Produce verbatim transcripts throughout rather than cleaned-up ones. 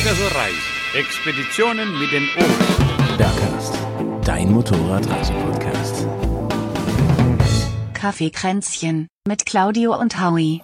Pegaserei. Expeditionen mit den Ohren. Bergcast, dein Motorradreise-Podcast. Kaffeekränzchen mit Claudio und Howie.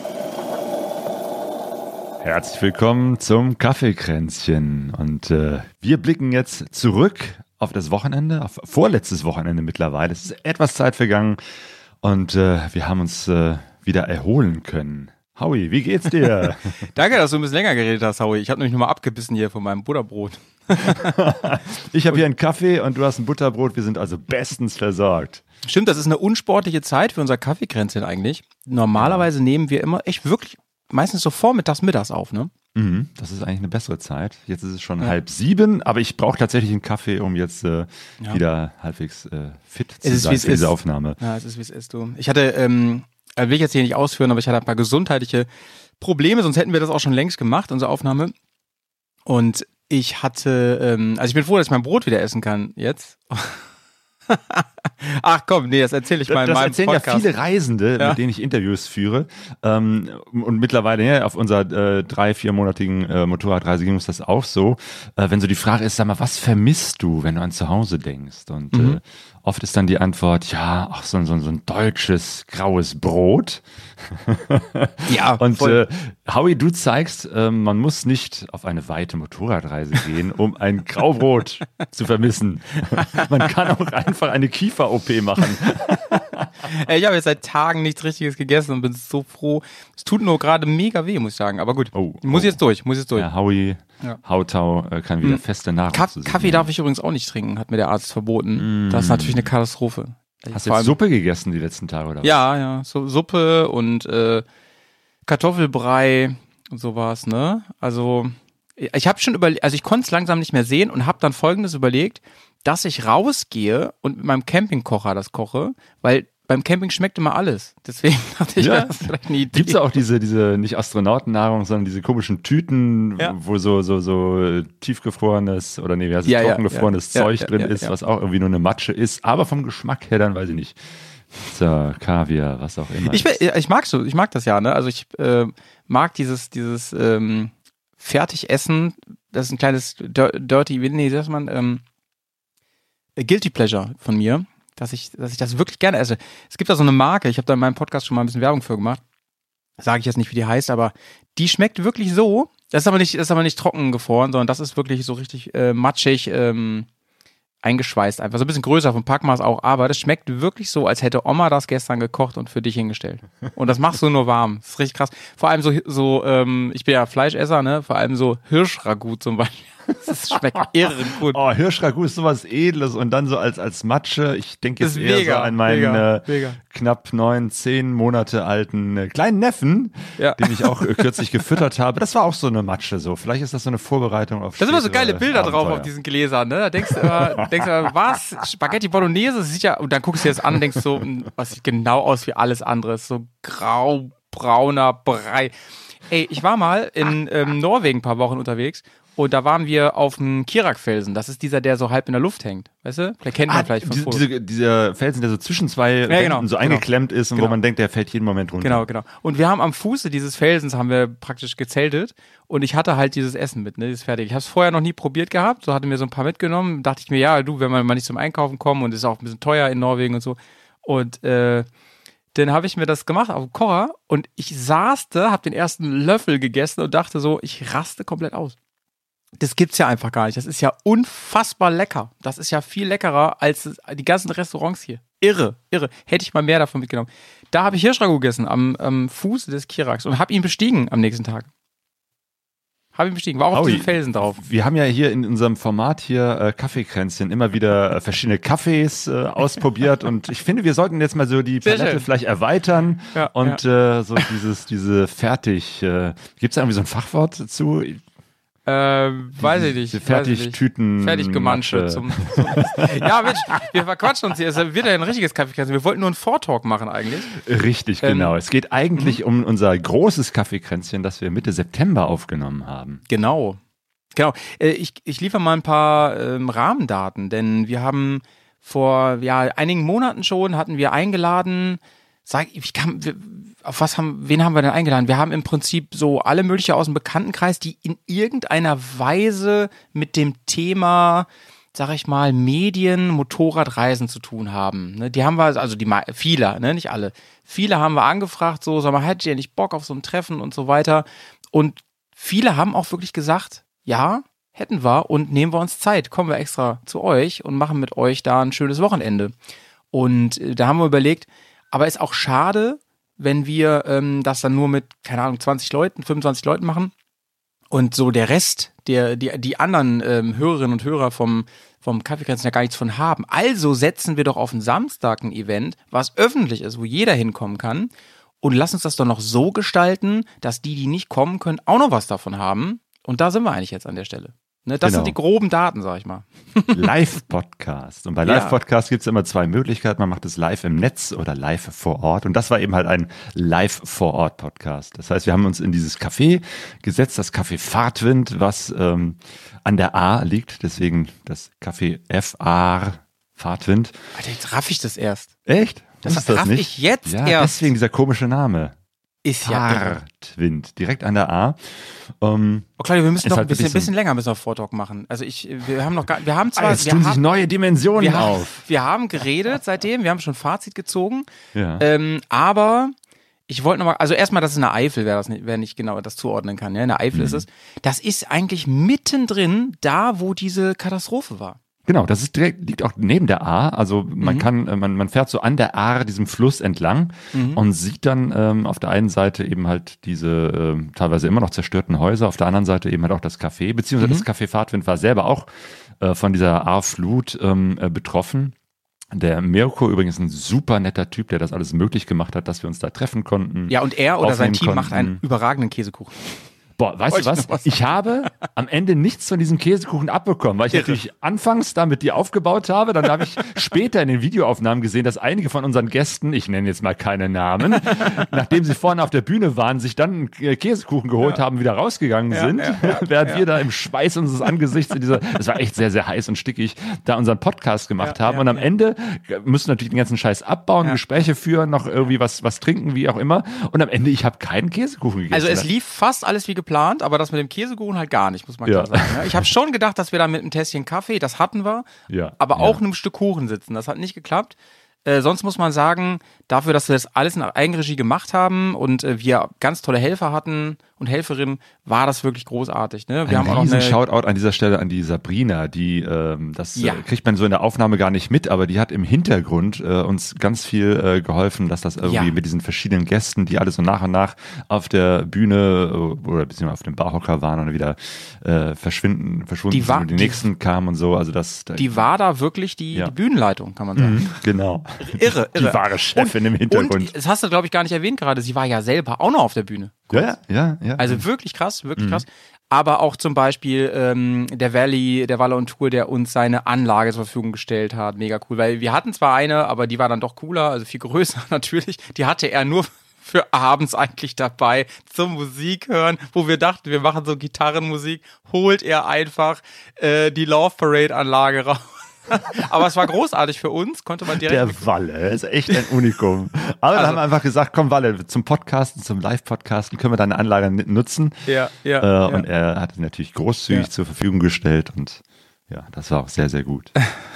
Herzlich willkommen zum Kaffeekränzchen. Und äh, wir blicken jetzt zurück auf das Wochenende, auf vorletztes Wochenende mittlerweile. Es ist etwas Zeit vergangen und äh, wir haben uns äh, wieder erholen können. Howie, wie geht's dir? Danke, dass du ein bisschen länger geredet hast, Howie. Ich habe nämlich nur mal abgebissen hier von meinem Butterbrot. Ich habe hier einen Kaffee und du hast ein Butterbrot. Wir sind also bestens versorgt. Stimmt, das ist eine unsportliche Zeit für unser Kaffeekränzchen eigentlich. Normalerweise nehmen wir immer echt wirklich meistens so vormittags, mittags auf, ne? Mhm, das ist eigentlich eine bessere Zeit. Jetzt ist es schon ja. halb sieben, aber ich brauche tatsächlich einen Kaffee, um jetzt äh, ja. wieder halbwegs äh, fit zu es sein ist, für diese ist. Aufnahme. Ja, es ist, wie es ist, du. Ich hatte, ähm, will ich jetzt hier nicht ausführen, aber ich hatte ein paar gesundheitliche Probleme, sonst hätten wir das auch schon längst gemacht, unsere Aufnahme. Und ich hatte, ähm, also ich bin froh, dass ich mein Brot wieder essen kann jetzt. Ach komm, nee, das erzähle ich mal in das meinem erzählen Podcast. ja viele Reisende, ja. mit denen ich Interviews führe. Ähm, und mittlerweile ja, auf unserer äh, drei-, viermonatigen äh, Motorradreise ging uns das auch so. Äh, wenn so die Frage ist, sag mal, was vermisst du, wenn du an zu Hause denkst? Und mhm. äh, oft ist dann die Antwort, ja, ach, so, so, so ein deutsches, graues Brot. Ja, und äh, Howie, du zeigst, äh, man muss nicht auf eine weite Motorradreise gehen, um ein Graubrot zu vermissen. Man kann auch einfach eine Kiefer-O P machen. Ich habe jetzt seit Tagen nichts Richtiges gegessen und bin so froh. Es tut nur gerade mega weh, muss ich sagen. Aber gut, oh, muss oh. jetzt durch, muss jetzt durch. Ja, Howie, ja. Hautau äh, kann wieder hm. feste Nahrung Kaff- zu sich Kaffee nehmen. darf ich übrigens auch nicht trinken, hat mir der Arzt verboten. Mm. Das ist natürlich eine Katastrophe. Hast du jetzt Suppe gegessen die letzten Tage, oder was? Ja, ja, so, Suppe und äh, Kartoffelbrei und sowas, ne? Also ich habe schon überlegt, also ich konnte es langsam nicht mehr sehen und habe dann Folgendes überlegt, dass ich rausgehe und mit meinem Campingkocher das koche, weil beim Camping schmeckt immer alles. Deswegen dachte ich, ja. das ist vielleicht eine Idee. Gibt's auch diese, diese nicht Astronautennahrung, sondern diese komischen Tüten, ja. wo so, so, so tiefgefrorenes oder nee, wie heißt es, ja, trockengefrorenes ja, Zeug ja, drin ja, ja, ist, ja. was auch irgendwie nur eine Matsche ist, aber vom Geschmack her dann weiß ich nicht. So, Kaviar, was auch immer. Ich, ich mag so, ich mag das ja, ne? Also ich äh, mag dieses, dieses ähm, Fertigessen, das ist ein kleines Dirty, nee, sagt man, ähm, Guilty Pleasure von mir, dass ich, dass ich das wirklich gerne esse. Es gibt da so eine Marke, ich habe da in meinem Podcast schon mal ein bisschen Werbung für gemacht, sage ich jetzt nicht, wie die heißt, aber die schmeckt wirklich so, das ist aber nicht, das ist aber nicht trocken gefroren, sondern das ist wirklich so richtig äh, matschig, ähm, eingeschweißt einfach, so ein bisschen größer vom Packmaß auch, aber das schmeckt wirklich so, als hätte Oma das gestern gekocht und für dich hingestellt. Und das machst du nur warm. Das ist richtig krass. Vor allem so, so ähm, ich bin ja Fleischesser, ne? Vor allem so Hirschragout zum Beispiel. Das schmeckt irre gut. Oh, Hirschragout ist sowas Edles und dann so als, als Matsche. Ich denke jetzt eher mega, so an meinen mega, äh, mega. knapp neun, zehn Monate alten äh, kleinen Neffen, ja. den ich auch äh, kürzlich gefüttert habe. Das war auch so eine Matsche so. Vielleicht ist das so eine Vorbereitung auf Da sind immer so geile Bilder Abenteuer. drauf auf diesen Gläsern, ne? Da denkst du immer, denkst du immer, was? Spaghetti Bolognese? Das sieht ja, und dann guckst du dir das an und denkst so, was sieht genau aus wie alles andere. So grau-brauner Brei. Ey, ich war mal in ähm, Norwegen ein paar Wochen unterwegs. Und da waren wir auf dem Kirak-Felsen. Das ist dieser, der so halb in der Luft hängt. Weißt du? Vielleicht kennt man ah, vielleicht von diese, Fotos. diese, dieser Felsen, der so zwischen zwei ja, Wänden genau, so genau. eingeklemmt ist und genau. wo man denkt, der fällt jeden Moment runter. Genau, genau. Und wir haben am Fuße dieses Felsens haben wir praktisch gezeltet und ich hatte halt dieses Essen mit, ne, dieses fertig. Ich habe es vorher noch nie probiert gehabt, so hatte mir so ein paar mitgenommen. Dachte ich mir, ja, du, wenn wir mal nicht zum Einkaufen kommen und es ist auch ein bisschen teuer in Norwegen und so. Und äh, dann habe ich mir das gemacht auf dem Kocher und ich saß da, habe den ersten Löffel gegessen und dachte so, ich raste komplett aus. Das gibt's ja einfach gar nicht. Das ist ja unfassbar lecker. Das ist ja viel leckerer als die ganzen Restaurants hier. Irre, irre. Hätte ich mal mehr davon mitgenommen. Da habe ich Hirschragout gegessen am, am Fuße des Kiraks und habe ihn bestiegen am nächsten Tag. Habe ihn bestiegen. War auch auf diesem Felsen drauf. Wir haben ja hier in unserem Format hier äh, Kaffeekränzchen immer wieder äh, verschiedene Kaffees äh, ausprobiert und ich finde, wir sollten jetzt mal so die Sehr Palette schön. vielleicht erweitern Ja, und ja. Äh, so dieses, diese fertig, äh, gibt es da irgendwie so ein Fachwort dazu? Ähm, weiß ich nicht. Fertigtüten. Fertig gemansche. Zum, zum ja, Mensch, wir verquatschen uns hier. Es wird ja ein richtiges Kaffeekränzchen. Wir wollten nur einen Vortalk machen eigentlich. Richtig, Ähm, genau. Es geht eigentlich um unser großes Kaffeekränzchen, das wir Mitte September aufgenommen haben. Genau. Genau. Äh, ich, ich liefere mal ein paar ähm, Rahmendaten, denn wir haben vor ja, einigen Monaten schon, hatten wir eingeladen, sag, ich kann, wir, auf was haben, wen haben wir denn eingeladen? Wir haben im Prinzip so alle mögliche aus dem Bekanntenkreis, die in irgendeiner Weise mit dem Thema, sag ich mal, Medien, Motorradreisen zu tun haben. Ne? Die haben wir, also die viele, ne, nicht alle. Viele haben wir angefragt, so, sag mal, hättet ihr nicht Bock auf so ein Treffen und so weiter. Und viele haben auch wirklich gesagt, ja, hätten wir und nehmen wir uns Zeit, kommen wir extra zu euch und machen mit euch da ein schönes Wochenende. Und äh, da haben wir überlegt, aber ist auch schade, wenn wir ähm, das dann nur mit, keine Ahnung, zwanzig Leuten, fünfundzwanzig Leuten machen und so der Rest, der, die, die anderen ähm, Hörerinnen und Hörer vom, vom Kaffeekränzchen ja gar nichts von haben. Also setzen wir doch auf den Samstag ein Event, was öffentlich ist, wo jeder hinkommen kann und lass uns das doch noch so gestalten, dass die, die nicht kommen können, auch noch was davon haben. Und da sind wir eigentlich jetzt an der Stelle. Ne, das Genau. sind die groben Daten, sag ich mal. Live-Podcast. Und bei Live-Podcast gibt es immer zwei Möglichkeiten. Man macht es live im Netz oder live vor Ort. Und das war eben halt ein Live-vor-Ort-Podcast. Das heißt, wir haben uns in dieses Café gesetzt, das Café Fahrtwind, was ähm, an der A liegt. Deswegen das Café F A R Fahrtwind. Alter, jetzt raff ich das erst. Echt? Das Wusstest du raff nicht? ich jetzt ja, erst. Deswegen dieser komische Name. Ist ja irre. Fahrtwind. Direkt an der A. Um, Oh Claudio, wir müssen Ist noch halt ein bisschen, wirklich so- bisschen länger müssen wir Vortalk machen. Also ich, wir haben noch gar, wir haben zwar, Ah, jetzt wir tun sich haben, neue Dimensionen wir, haben, auf. wir haben geredet seitdem, wir haben schon Fazit gezogen, Ja. ähm, aber ich wollte nochmal, also erstmal, das ist in der Eifel, wer das nicht, wer nicht genau das zuordnen kann, ja, in der Eifel Mhm. ist es. Das ist eigentlich mittendrin da, wo diese Katastrophe war. Genau, das ist direkt, liegt auch neben der A. Also man Mhm. kann, äh, man, man fährt so an der A, diesem Fluss entlang Mhm. und sieht dann ähm, auf der einen Seite eben halt diese ähm, teilweise immer noch zerstörten Häuser, auf der anderen Seite eben halt auch das Café, beziehungsweise Mhm. das Café Fahrtwind war selber auch äh, von dieser A-Flut ähm, äh, betroffen. Der Mirko übrigens ein super netter Typ, der das alles möglich gemacht hat, dass wir uns da treffen konnten. Ja, und er oder sein aufnehmen Team macht einen konnten. überragenden Käsekuchen. Boah, weißt Wollte du ich was? noch was Ich habe am Ende nichts von diesem Käsekuchen abbekommen, weil ich Irre. natürlich anfangs da mit dir aufgebaut habe. Dann habe ich später in den Videoaufnahmen gesehen, dass einige von unseren Gästen, ich nenne jetzt mal keine Namen, nachdem sie vorne auf der Bühne waren, sich dann einen K- Käsekuchen geholt haben, wieder rausgegangen Ja, sind, ja, ja, während ja. wir da im Schweiß unseres Angesichts in dieser, das war echt sehr, sehr heiß und stickig, da unseren Podcast gemacht Ja, haben. ja, und am ja. Ende müssen natürlich den ganzen Scheiß abbauen, Ja. Gespräche führen, noch irgendwie was, was trinken, wie auch immer. Und am Ende, ich habe keinen Käsekuchen gegessen. Also es lief fast alles wie geplant, aber das mit dem Käsekuchen halt gar nicht, muss man Ja. klar sagen. Ja. Ich habe schon gedacht, dass wir da mit einem Tässchen Kaffee, das hatten wir, Ja, aber ja. auch einem Stück Kuchen sitzen. Das hat nicht geklappt. Äh, sonst muss man sagen, dafür, dass wir das alles in Eigenregie gemacht haben und äh, wir ganz tolle Helfer hatten und Helferinnen, war das wirklich großartig. Ne? Wir Ein haben auch noch riesen eine, Shoutout an dieser Stelle an die Sabrina, die ähm, das Ja. äh, kriegt man so in der Aufnahme gar nicht mit, aber die hat im Hintergrund äh, uns ganz viel äh, geholfen, dass das irgendwie Ja. mit diesen verschiedenen Gästen, die alle so nach und nach auf der Bühne äh, oder beziehungsweise auf dem Barhocker waren und wieder äh, verschwinden, verschwunden Die war- sind und die, die- nächsten kamen und so. Also das da- die war da wirklich die, Ja. die Bühnenleitung, kann man sagen. Mhm, genau. Irre, irre. Die wahre Chefin im Hintergrund. Und das hast du, glaube ich, gar nicht erwähnt gerade, sie war ja selber auch noch auf der Bühne. ja, ja, ja. Also wirklich krass, wirklich Mhm. krass. Aber auch zum Beispiel ähm, der Valley, der Walle und Tour, der uns seine Anlage zur Verfügung gestellt hat. Mega cool, weil wir hatten zwar eine, aber die war dann doch cooler, also viel größer natürlich. Die hatte er nur für abends eigentlich dabei zum Musik hören, wo wir dachten, wir machen so Gitarrenmusik, holt er einfach äh, die Love Parade Anlage raus. Aber es war großartig für uns, konnte man direkt. Der Walle ist echt ein Unikum. Aber Also- wir haben einfach gesagt, komm Walle, zum Podcasten, zum Live-Podcasten können wir deine Anlage n- nutzen. ja, ja, Äh, ja. Und er hat sie natürlich großzügig Ja. zur Verfügung gestellt und ja, das war auch sehr, sehr gut.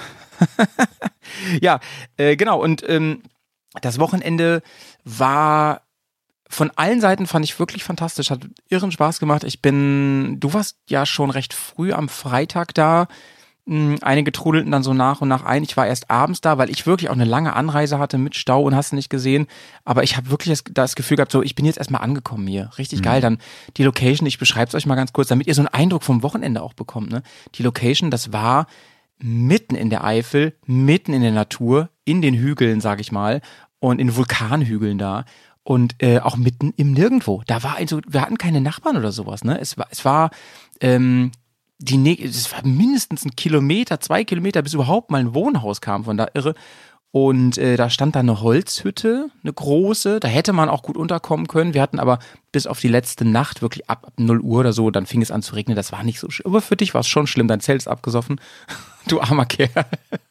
Ja, äh, genau. Und ähm, das Wochenende war von allen Seiten, fand ich wirklich fantastisch. Hat irren Spaß gemacht. Ich bin, du warst ja schon recht früh am Freitag da. Mh, Einige trudelten dann so nach und nach ein. Ich war erst abends da, weil ich wirklich auch eine lange Anreise hatte mit Stau und hast du nicht gesehen. Aber ich habe wirklich das, das Gefühl gehabt, so ich bin jetzt erstmal angekommen hier. Richtig geil. Dann die Location, ich beschreibe es euch mal ganz kurz, damit ihr so einen Eindruck vom Wochenende auch bekommt. Ne? Die Location, das war mitten in der Eifel, mitten in der Natur, in den Hügeln, sag ich mal, und in Vulkanhügeln da. Und äh, auch mitten im Nirgendwo. Da war also, wir hatten keine Nachbarn oder sowas, ne? Es war, es war, ähm, die ne es war mindestens ein Kilometer, zwei Kilometer, bis überhaupt mal ein Wohnhaus kam, von da irre. Und äh, da stand da eine Holzhütte, eine große, da hätte man auch gut unterkommen können. Wir hatten aber bis auf die letzte Nacht wirklich ab, ab null Uhr oder so, dann fing es an zu regnen. Das war nicht so schlimm. Aber für dich war es schon schlimm, dein Zelt ist abgesoffen. Du armer Kerl.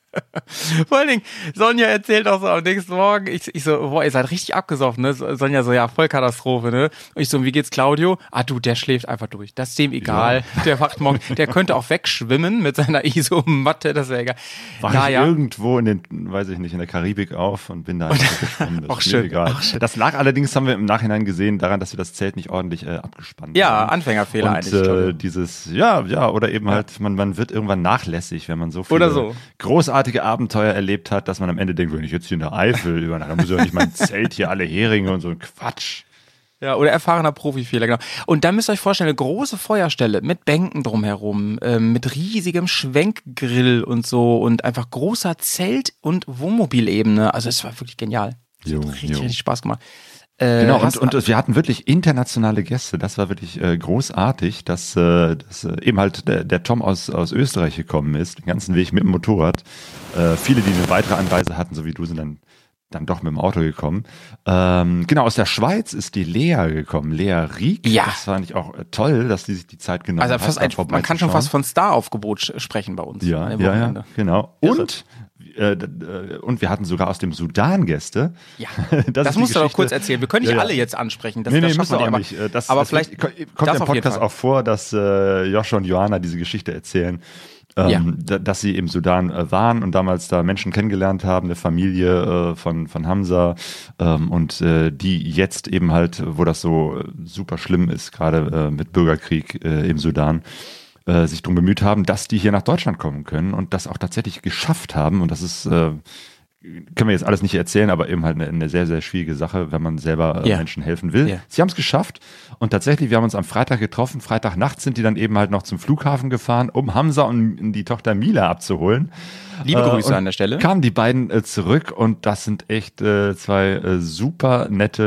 Vor allen Dingen, Sonja erzählt auch so am nächsten Morgen, ich, ich so, boah, ihr seid richtig abgesoffen, ne? Sonja so, ja, Vollkatastrophe, ne? Und ich so, wie geht's Claudio? Ah, du, der schläft einfach durch. Das ist dem egal. Ja. Der wacht morgen, der könnte auch wegschwimmen mit seiner Isomatte, das wäre egal. War ja, ich ja. irgendwo in den, weiß ich nicht, in der Karibik auf und bin da einfach geschwommen. Das auch ist schön, mir egal. auch schön. Das lag allerdings, haben wir im Nachhinein gesehen, daran, dass wir das Zelt nicht ordentlich äh, abgespannt Ja, haben. Anfängerfehler und, eigentlich. Äh, dieses, ja, ja, oder eben ja. halt, man, man wird irgendwann nachlässig, wenn man so viele oder so. großartige Abenteuer erlebt hat, dass man am Ende denkt, wenn ich jetzt hier in der Eifel übernachte, dann muss ich ja nicht mein Zelt hier alle Heringe und so ein Quatsch. Ja, oder erfahrener Profifehler, genau. Und dann müsst ihr euch vorstellen, eine große Feuerstelle mit Bänken drumherum, ähm, mit riesigem Schwenkgrill und so und einfach großer Zelt- und Wohnmobilebene. Also es war wirklich genial. Es Jo, hat richtig, jo. richtig Spaß gemacht. Äh, Genau, und, hast- und wir hatten wirklich internationale Gäste. Das war wirklich äh, großartig, dass, äh, dass äh, eben halt der, der Tom aus, aus Österreich gekommen ist, den ganzen Weg mit dem Motorrad. Äh, viele, die eine weitere Anreise hatten, so wie du, sind dann, dann doch mit dem Auto gekommen. Ähm, genau, aus der Schweiz ist die Lea gekommen, Lea Rieck. Ja. Das fand ich auch äh, toll, dass die sich die Zeit genommen also hat. fast da ein, man kann schon vorbeizuschauen. fast von Staraufgebot sch- sprechen bei uns. Ja, an dem ja, ja, Wochenende. genau. Irre. Und, äh, d- äh, und wir hatten sogar aus dem Sudan Gäste. Ja, das das, ist die musst du doch Geschichte- kurz erzählen. Wir können nicht Ja, ja. alle jetzt ansprechen. Das, nee, nee, das müsst schaffen ihr wir auch nicht. nicht. Äh, Das, aber das vielleicht wird- kommt das im auf jeden Podcast Fall. auch vor, dass äh, Joshua und Johanna diese Geschichte erzählen, ähm, Ja. da, dass sie im Sudan äh, waren und damals da Menschen kennengelernt haben, eine Familie äh, von, von Hamza ähm, und äh, die jetzt eben halt, wo das so äh, super schlimm ist, gerade äh, mit Bürgerkrieg äh, im Sudan, äh, sich darum bemüht haben, dass die hier nach Deutschland kommen können und das auch tatsächlich geschafft haben. Und das ist, äh, können wir jetzt alles nicht erzählen, aber eben halt eine, eine sehr, sehr schwierige Sache, wenn man selber äh, Ja. Menschen helfen will. Ja. Sie haben es geschafft und tatsächlich, wir haben uns am Freitag getroffen. Freitagnacht sind die dann eben halt noch zum Flughafen gefahren, um Hamza und die Tochter Mila abzuholen. Liebe Äh, Grüße und an der Stelle. Kamen die beiden äh, zurück und das sind echt äh, zwei äh, super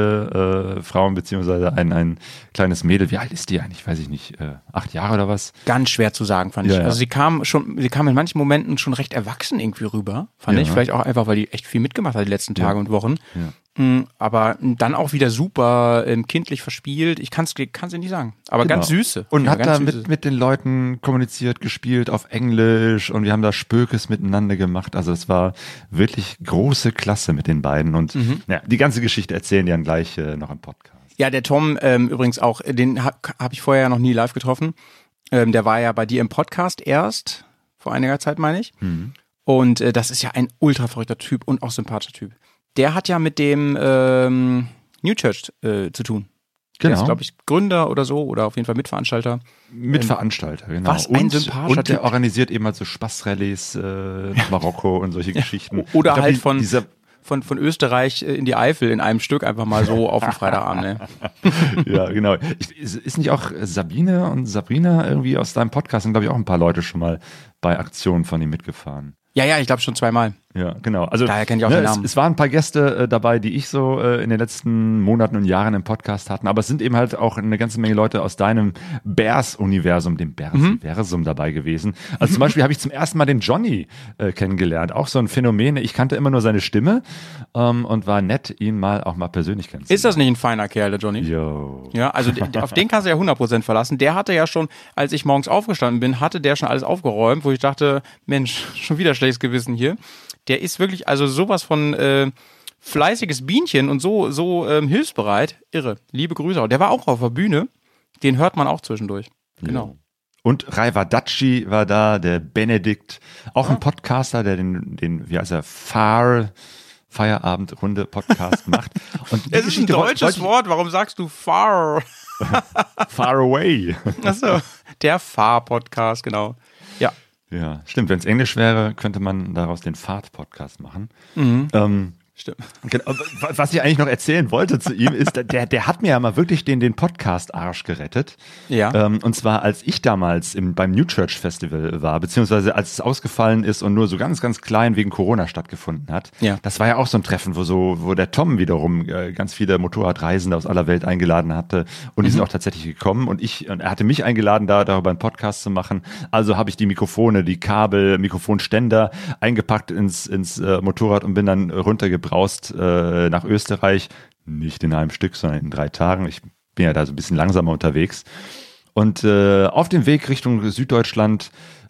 nette äh, Frauen, beziehungsweise ein, ein kleines Mädel. Wie alt ist die eigentlich? Weiß ich nicht. Äh, acht Jahre oder was? Ganz schwer zu sagen, fand Ja, ich. ja. Also sie kam schon, sie kam in manchen Momenten schon recht erwachsen irgendwie rüber, fand Ja. ich. Vielleicht auch einfach, weil die echt viel mitgemacht hat die letzten Tage Ja. und Wochen. Ja. Mm, Aber dann auch wieder super ähm, kindlich verspielt. Ich kann es kann's dir nicht sagen. Aber ganz Genau. süße. Und Ja, hat ganz da süße. mit, mit den Leuten kommuniziert, gespielt auf Englisch und wir haben da Spökes miteinander gemacht. Also es war wirklich große Klasse mit den beiden und Mhm. ja, die ganze Geschichte erzählen die dann gleich äh, noch im Podcast. Ja, der Tom ähm, übrigens auch, den habe hab ich vorher noch nie live getroffen. Ähm, der war ja bei dir im Podcast erst, vor einiger Zeit meine ich. Mhm. Und äh, das ist ja ein ultra verrückter Typ und auch sympathischer Typ. Der hat ja mit dem ähm, New Church äh, zu tun. Der Genau. ist, glaube ich, Gründer oder so oder auf jeden Fall Mitveranstalter. Mitveranstalter, genau. was ein und, sympathischer und der Typ. organisiert eben halt so Spaßrallyes äh, nach Marokko und solche Geschichten. Oder Ich glaub, halt die- von, Dieser, von, von Österreich äh, in die Eifel in einem Stück einfach mal so auf den Freitagabend. Ne? ja, genau. Ich, ist ist nicht auch Sabine und Sabrina irgendwie aus deinem Podcast, sind glaube ich auch ein paar Leute schon mal bei Aktionen von ihm mitgefahren. Ja, ja, ich glaube schon zweimal. Ja, genau. Also Daher kenn ich auch ne, den es, Namen. es waren ein paar Gäste äh, dabei, die ich so äh, in den letzten Monaten und Jahren im Podcast hatten, aber es sind eben halt auch eine ganze Menge Leute aus deinem Bears-Universum, dem Bears-Universum dabei gewesen. Also zum Beispiel habe ich zum ersten Mal den Johnny äh, kennengelernt. Auch so ein Phänomen. Ich kannte immer nur seine Stimme ähm, und war nett, ihn mal auch mal persönlich kennenzulernen. Ist das nicht ein feiner Kerl, der Johnny? Yo. Ja, also d- auf den kannst du ja hundert Prozent verlassen. Der hatte ja schon, als ich morgens aufgestanden bin, hatte der schon alles aufgeräumt, wo ich dachte, Mensch, schon wieder schlechtes Gewissen hier. Der ist wirklich also sowas von äh, fleißiges Bienchen und so so ähm, hilfsbereit. Irre. Liebe Grüße auch. Der war auch auf der Bühne. Den hört man auch zwischendurch. Genau. Und Raivadaci war da, der Benedikt, auch ein Podcaster, der den, den wie heißt er, Far Feierabendrunde-Podcast macht. Und die Es ist ein Geschichte woll- deutsches wollte Wort. Warum sagst du Far? ich- Far Away. Achso. Der Far-Podcast, genau. Ja. Ja, stimmt. Wenn es Englisch wäre, könnte man daraus den Fahrt-Podcast machen. Mhm. Ähm, Stimmt. Genau, was ich eigentlich noch erzählen wollte zu ihm ist, der, der hat mir ja mal wirklich den, den Podcast-Arsch gerettet. Ja. Ähm, und zwar, als ich damals im, beim New Church Festival war, beziehungsweise als es ausgefallen ist und nur so ganz, ganz klein wegen Corona stattgefunden hat. Ja. Das war ja auch so ein Treffen, wo so, wo der Tom wiederum äh, ganz viele Motorradreisende aus aller Welt eingeladen hatte. Und die sind auch tatsächlich gekommen. Und ich, und er hatte mich eingeladen, da darüber einen Podcast zu machen. Also habe ich die Mikrofone, die Kabel, Mikrofonständer eingepackt ins, ins äh, Motorrad und bin dann runtergebraust äh, nach Österreich. Nicht in einem Stück, sondern in drei Tagen. Ich bin ja da so ein bisschen langsamer unterwegs. Und äh, auf dem Weg Richtung Süddeutschland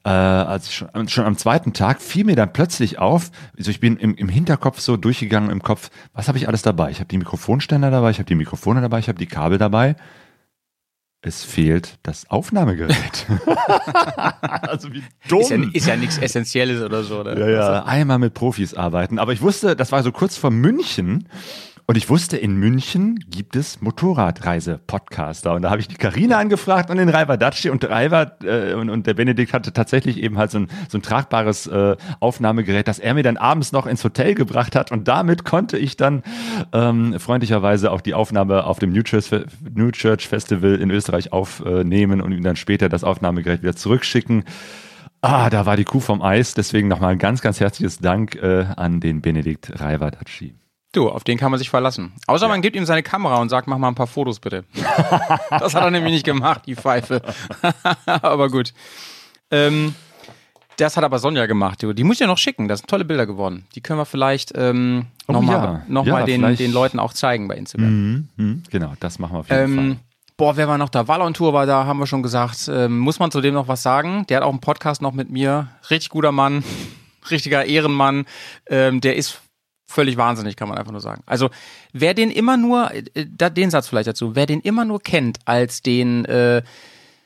äh, als ich schon, schon am zweiten Tag fiel mir dann plötzlich auf, also ich bin im, im Hinterkopf so durchgegangen im Kopf, was habe ich alles dabei? Ich habe die Mikrofonständer dabei, ich habe die Mikrofone dabei, ich habe die Kabel dabei. Es fehlt das Aufnahmegerät. Also wie dumm. Ist ja, ist ja nichts Essentielles oder so. Oder? Ja, ja, einmal mit Profis arbeiten. Aber ich wusste, das war so kurz vor München. Und ich wusste, in München gibt es Motorradreise-Podcaster. Und da habe ich die Carina angefragt und den Raiva Daci. Und Raiva äh, und, und der Benedikt hatte tatsächlich eben halt so ein, so ein tragbares äh, Aufnahmegerät, das er mir dann abends noch ins Hotel gebracht hat. Und damit konnte ich dann ähm, freundlicherweise auch die Aufnahme auf dem New Church, New Church Festival in Österreich aufnehmen und ihm dann später das Aufnahmegerät wieder zurückschicken. Ah, da war die Kuh vom Eis. Deswegen nochmal ein ganz, ganz herzliches Dank äh, an den Benedikt Raiva Daci. Du, auf den kann man sich verlassen. Außer ja. man gibt ihm seine Kamera und sagt, mach mal ein paar Fotos bitte. Das hat er nämlich nicht gemacht, die Pfeife. Aber gut. Ähm, das hat aber Sonja gemacht. Die muss ich ja noch schicken. Das sind tolle Bilder geworden. Die können wir vielleicht ähm, oh, nochmal ja. noch ja, den, den Leuten auch zeigen bei Instagram. Mhm, mh, genau, das machen wir auf jeden ähm, Fall. Boah, wer war noch da? Wallon Tour war da, haben wir schon gesagt. Ähm, muss man zu dem noch was sagen? Der hat auch einen Podcast noch mit mir. Richtig guter Mann. Richtiger Ehrenmann. Ähm, der ist völlig wahnsinnig, kann man einfach nur sagen. Also, wer den immer nur, äh, den Satz vielleicht dazu, wer den immer nur kennt als den äh, äh,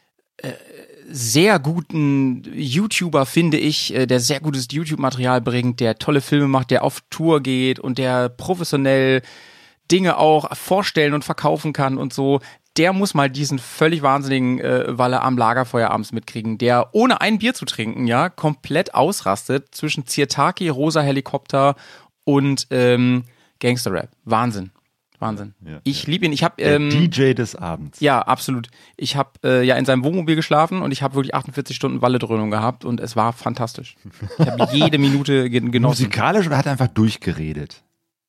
sehr guten YouTuber, finde ich, äh, der sehr gutes YouTube-Material bringt, der tolle Filme macht, der auf Tour geht und der professionell Dinge auch vorstellen und verkaufen kann und so, der muss mal diesen völlig wahnsinnigen äh, Walle am Lagerfeuer abends mitkriegen, der ohne ein Bier zu trinken, ja, komplett ausrastet zwischen Zirtaki, Rosa Helikopter und ähm, Gangster-Rap. Wahnsinn. Wahnsinn. Ja, ich ja. liebe ihn. Ich hab, ähm, Der D J des Abends. Ja, absolut. Ich habe äh, ja in seinem Wohnmobil geschlafen und ich habe wirklich achtundvierzig Stunden Walledröhnung gehabt und es war fantastisch. Ich habe jede Minute genossen. Musikalisch oder hat er einfach durchgeredet?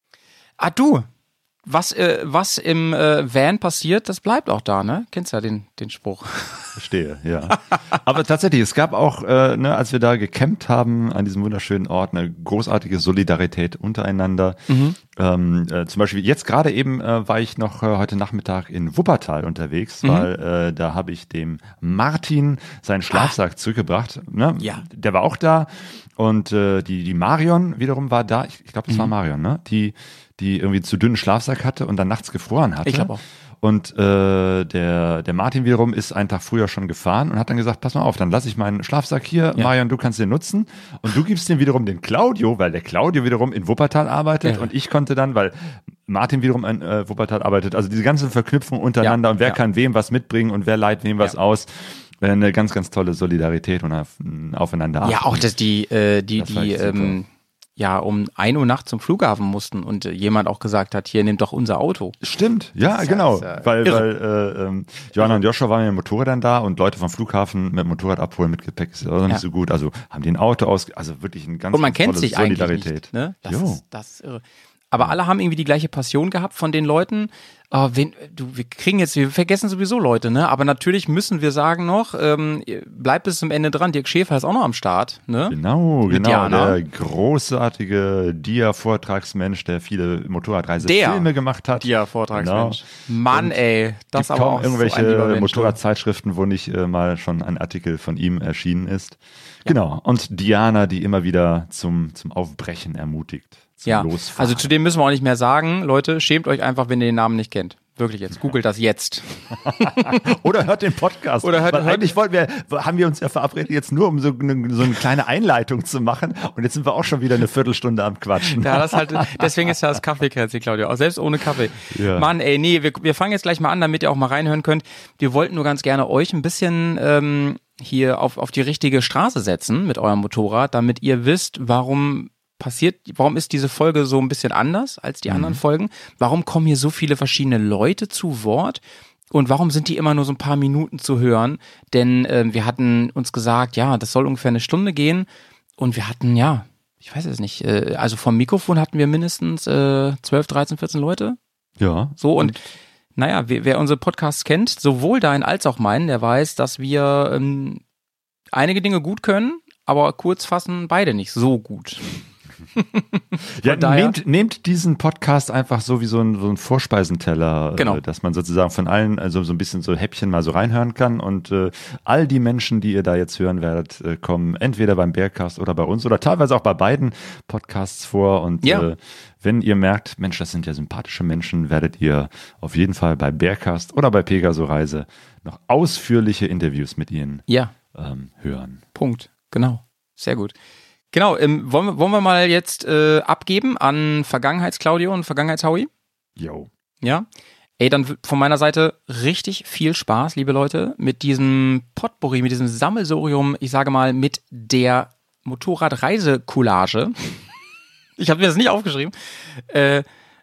Ah, du. Was, äh, was im äh, Van passiert, das bleibt auch da, ne? Kennst ja den, den Spruch. Verstehe, ja. Aber tatsächlich, es gab auch, äh, ne, als wir da gecampt haben an diesem wunderschönen Ort, eine großartige Solidarität untereinander. Mhm. Ähm, äh, zum Beispiel jetzt gerade eben äh, war ich noch äh, heute Nachmittag in Wuppertal unterwegs, mhm. weil äh, da habe ich dem Martin seinen Schlafsack ah. zurückgebracht. Ne? Ja. Der war auch da und äh, die, die Marion wiederum war da. Ich, ich glaube, das mhm. war Marion, ne? Die die irgendwie zu dünnen Schlafsack hatte und dann nachts gefroren hatte. Ich glaube auch. Und äh, der, der Martin wiederum ist einen Tag früher schon gefahren und hat dann gesagt, pass mal auf, dann lasse ich meinen Schlafsack hier, ja. Marion, du kannst den nutzen. Und du gibst den wiederum den Claudio, weil der Claudio wiederum in Wuppertal arbeitet. Ja. Und ich konnte dann, weil Martin wiederum in äh, Wuppertal arbeitet, also diese ganze Verknüpfung untereinander ja. und wer ja. kann wem was mitbringen und wer leiht wem was ja. aus. Eine ganz, ganz tolle Solidarität und aufeinander achten. Ja, auch dass die, äh, die, das die, ähm, ja, um ein Uhr nachts zum Flughafen mussten und äh, jemand auch gesagt hat, hier, nehmt doch unser Auto. Stimmt, ja, ja, genau. ja weil weil äh, ähm, Johanna und Joshua waren mit dem Motorrad dann da und Leute vom Flughafen mit dem Motorrad abholen mit Gepäck ist also nicht ja. so gut. Also haben die ein Auto aus, also wirklich ein ganz, und man ganz kennt sich Solidarität. Eigentlich nicht, ne? Das, ist, das ist irre. Aber alle haben irgendwie die gleiche Passion gehabt von den Leuten. Oh, wen, du, wir kriegen jetzt, wir vergessen sowieso Leute, ne? Aber natürlich müssen wir sagen noch, ähm, bleibt bis zum Ende dran. Dirk Schäfer ist auch noch am Start, ne? Genau, Mit genau. Diana. Der großartige Dia-Vortragsmensch, der viele Motorradreisefilme gemacht hat. Dia-Vortragsmensch. Genau. Mann, ey, das gibt aber kaum auch irgendwelche so ein Motorradzeitschriften, wo nicht äh, mal schon ein Artikel von ihm erschienen ist. Ja. Genau. Und Diana, die immer wieder zum, zum Aufbrechen ermutigt. Ja, Losfahren. also zu dem müssen wir auch nicht mehr sagen. Leute, schämt euch einfach, wenn ihr den Namen nicht kennt. Wirklich jetzt. Googelt das jetzt. Oder hört den Podcast. Oder hört, Weil hört eigentlich wollten wir, haben wir uns ja verabredet, jetzt nur um so eine, so eine kleine Einleitung zu machen. Und jetzt sind wir auch schon wieder eine Viertelstunde am Quatschen. Ja, das halt, deswegen ist ja das Kaffeekränzchen, Claudio. Auch selbst ohne Kaffee. Ja. Mann, ey, nee, wir, wir fangen jetzt gleich mal an, damit ihr auch mal reinhören könnt. Wir wollten nur ganz gerne euch ein bisschen ähm, hier auf, auf die richtige Straße setzen mit eurem Motorrad, damit ihr wisst, warum passiert, warum ist diese Folge so ein bisschen anders als die mhm. anderen Folgen? Warum kommen hier so viele verschiedene Leute zu Wort? Und warum sind die immer nur so ein paar Minuten zu hören? Denn äh, wir hatten uns gesagt, ja, das soll ungefähr eine Stunde gehen. Und wir hatten, ja, ich weiß es nicht, äh, also vom Mikrofon hatten wir mindestens äh, zwölf, dreizehn, vierzehn Leute. Ja. So und, und naja, wer, wer unsere Podcasts kennt, sowohl deinen als auch meinen, der weiß, dass wir ähm, einige Dinge gut können, aber kurz fassen beide nicht so gut. Ja, daher- nehmt, nehmt diesen Podcast einfach so wie so ein, so ein Vorspeisenteller, Genau. äh, dass man sozusagen von allen also so ein bisschen so Häppchen mal so reinhören kann und äh, all die Menschen, die ihr da jetzt hören werdet, äh, kommen entweder beim Bearcast oder bei uns oder teilweise auch bei beiden Podcasts vor und Ja. äh, wenn ihr merkt, Mensch, das sind ja sympathische Menschen, werdet ihr auf jeden Fall bei Bearcast oder bei Pegaso Reise noch ausführliche Interviews mit ihnen Ja, ähm, hören. Punkt. Genau. Sehr gut. Genau, ähm, wollen, wir, wollen wir mal jetzt äh, abgeben an Vergangenheits-Claudio und Vergangenheits-Howie? Jo. Ja? Ey, dann w- von meiner Seite richtig viel Spaß, liebe Leute, mit diesem Potpourri, mit diesem Sammelsurium, ich sage mal, mit der Motorradreise-Collage. Ich habe mir das nicht aufgeschrieben. Äh,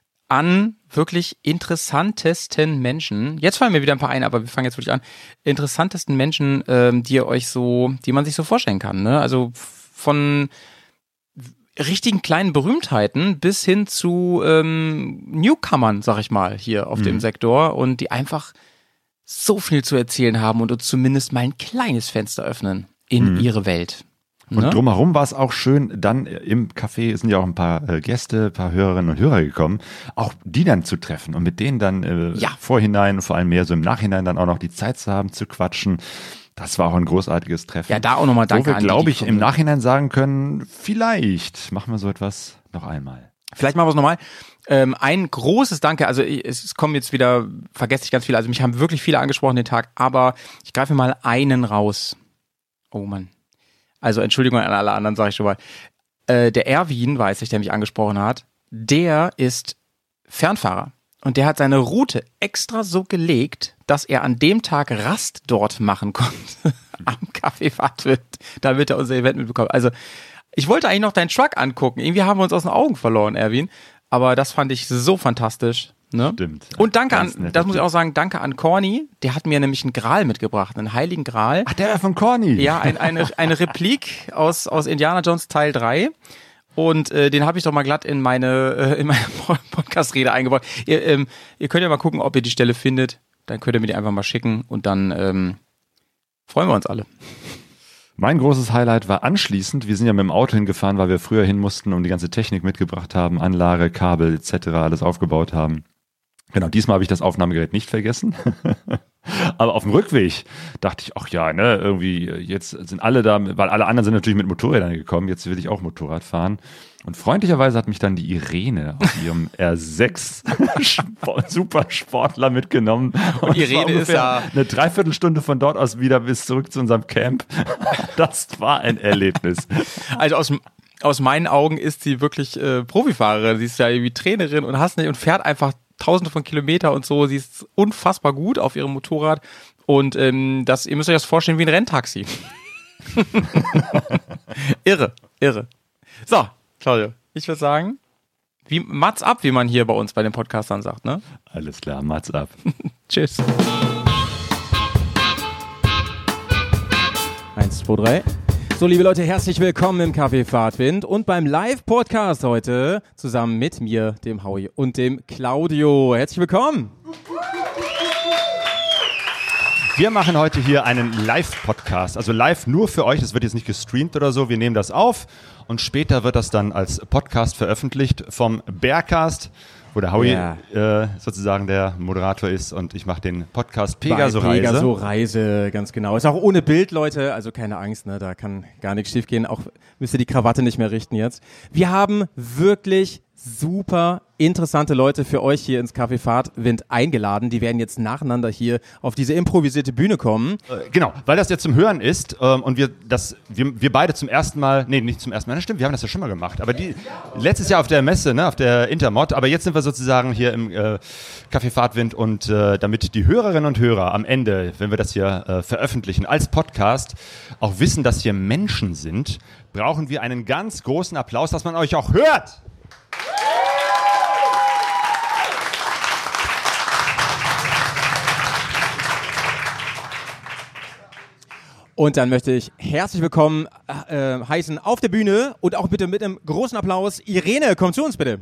an wirklich interessantesten Menschen. Jetzt fallen mir wieder ein paar ein, aber wir fangen jetzt wirklich an. Interessantesten Menschen, ähm, die ihr euch so, die man sich so vorstellen kann. Ne? Also von richtigen kleinen Berühmtheiten bis hin zu ähm, Newcomern, sag ich mal, hier auf dem Sektor und die einfach so viel zu erzählen haben und uns zumindest mal ein kleines Fenster öffnen in ihre Welt. Und Ne? drumherum war es auch schön, dann im Café sind ja auch ein paar äh, Gäste, ein paar Hörerinnen und Hörer gekommen, auch die dann zu treffen und mit denen dann äh, Ja. vorhinein, vor allem mehr so im Nachhinein dann auch noch die Zeit zu haben, zu quatschen. Das war auch ein großartiges Treffen. Ja, da auch nochmal danke Wo wir, an die, glaube die ich, gekommen im sind. Nachhinein sagen können, vielleicht machen wir so etwas noch einmal. Vielleicht machen wir es nochmal. Ähm, ein großes Danke, also ich- es kommen jetzt wieder, vergesse ich ganz viele, also mich haben wirklich viele angesprochen den Tag, aber ich greife mal einen raus. Oh Mann. Also Entschuldigung an alle anderen, sage ich schon mal. Äh, der Erwin, weiß ich, der mich angesprochen hat, der ist Fernfahrer. Und der hat seine Route extra so gelegt, dass er an dem Tag Rast dort machen konnte. Am Café Fahrtwind, damit er unser Event mitbekommt. Also ich wollte eigentlich noch deinen Truck angucken. Irgendwie haben wir uns aus den Augen verloren, Erwin. Aber das fand ich so fantastisch. Ne? Stimmt. Und danke Ganz an, netter das muss ich Typ. auch sagen, danke an Corny. Der hat mir nämlich einen Gral mitgebracht, einen heiligen Gral. Ach, der war von Corny. Ja, ein, eine, eine Replik aus, aus Indiana Jones Teil drei. Und äh, den habe ich doch mal glatt in meine, äh, in meine Podcast-Rede eingebaut. Ihr, ähm, ihr könnt ja mal gucken, ob ihr die Stelle findet. Dann könnt ihr mir die einfach mal schicken und dann ähm, freuen wir uns alle. Mein großes Highlight war anschließend, wir sind ja mit dem Auto hingefahren, weil wir früher hin mussten und die ganze Technik mitgebracht haben, Anlage, Kabel et cetera alles aufgebaut haben. Genau, diesmal habe ich das Aufnahmegerät nicht vergessen. Aber auf dem Rückweg dachte ich, ach ja, ne, irgendwie jetzt sind alle da, weil alle anderen sind natürlich mit Motorrädern gekommen, jetzt will ich auch Motorrad fahren. Und freundlicherweise hat mich dann die Irene auf ihrem R sechs Sport, Supersportler mitgenommen. Und es war Irene ist ungefähr ja- eine Dreiviertelstunde von dort aus wieder bis zurück zu unserem Camp. Das war ein Erlebnis. Also aus, aus meinen Augen ist sie wirklich äh, Profifahrerin. Sie ist ja irgendwie Trainerin und hast nicht und fährt einfach tausende von Kilometer und so. Sie ist unfassbar gut auf ihrem Motorrad. Und ähm, das, ihr müsst euch das vorstellen wie ein Renntaxi. Irre, irre. So, Claudio, ich würde sagen, wie Mats ab, wie man hier bei uns bei den Podcastern sagt, ne? Alles klar, Mats ab. Tschüss. Eins, zwei, drei. So, liebe Leute, herzlich willkommen im Café Fahrtwind und beim Live-Podcast heute zusammen mit mir, dem Howie und dem Claudio. Herzlich willkommen. Wir machen heute hier einen Live-Podcast, also live nur für euch, es wird jetzt nicht gestreamt oder so, wir nehmen das auf und später wird das dann als Podcast veröffentlicht vom Bearcast, wo der Howie Ja. äh, sozusagen der Moderator ist und ich mache den Podcast Pegaso Bei Reise. Pegaso Reise, ganz genau. Ist auch ohne Bild, Leute, also keine Angst, ne, da kann gar nichts schief gehen. Auch müsst ihr die Krawatte nicht mehr richten jetzt. Wir haben wirklich super interessante Leute für euch hier ins Café Fahrtwind eingeladen. Die werden jetzt nacheinander hier auf diese improvisierte Bühne kommen. Äh, Genau, weil das jetzt zum Hören ist ähm, und wir das wir, wir beide zum ersten Mal, nee, nicht zum ersten Mal, das stimmt, wir haben das ja schon mal gemacht, aber die letztes Jahr auf der Messe, ne, auf der Intermod, aber jetzt sind wir sozusagen hier im äh, Café Fahrtwind und äh, damit die Hörerinnen und Hörer am Ende, wenn wir das hier äh, veröffentlichen als Podcast, auch wissen, dass hier Menschen sind, brauchen wir einen ganz großen Applaus, dass man euch auch hört. Und dann möchte ich herzlich willkommen äh, heißen auf der Bühne und auch bitte mit einem großen Applaus. Irene, komm zu uns bitte.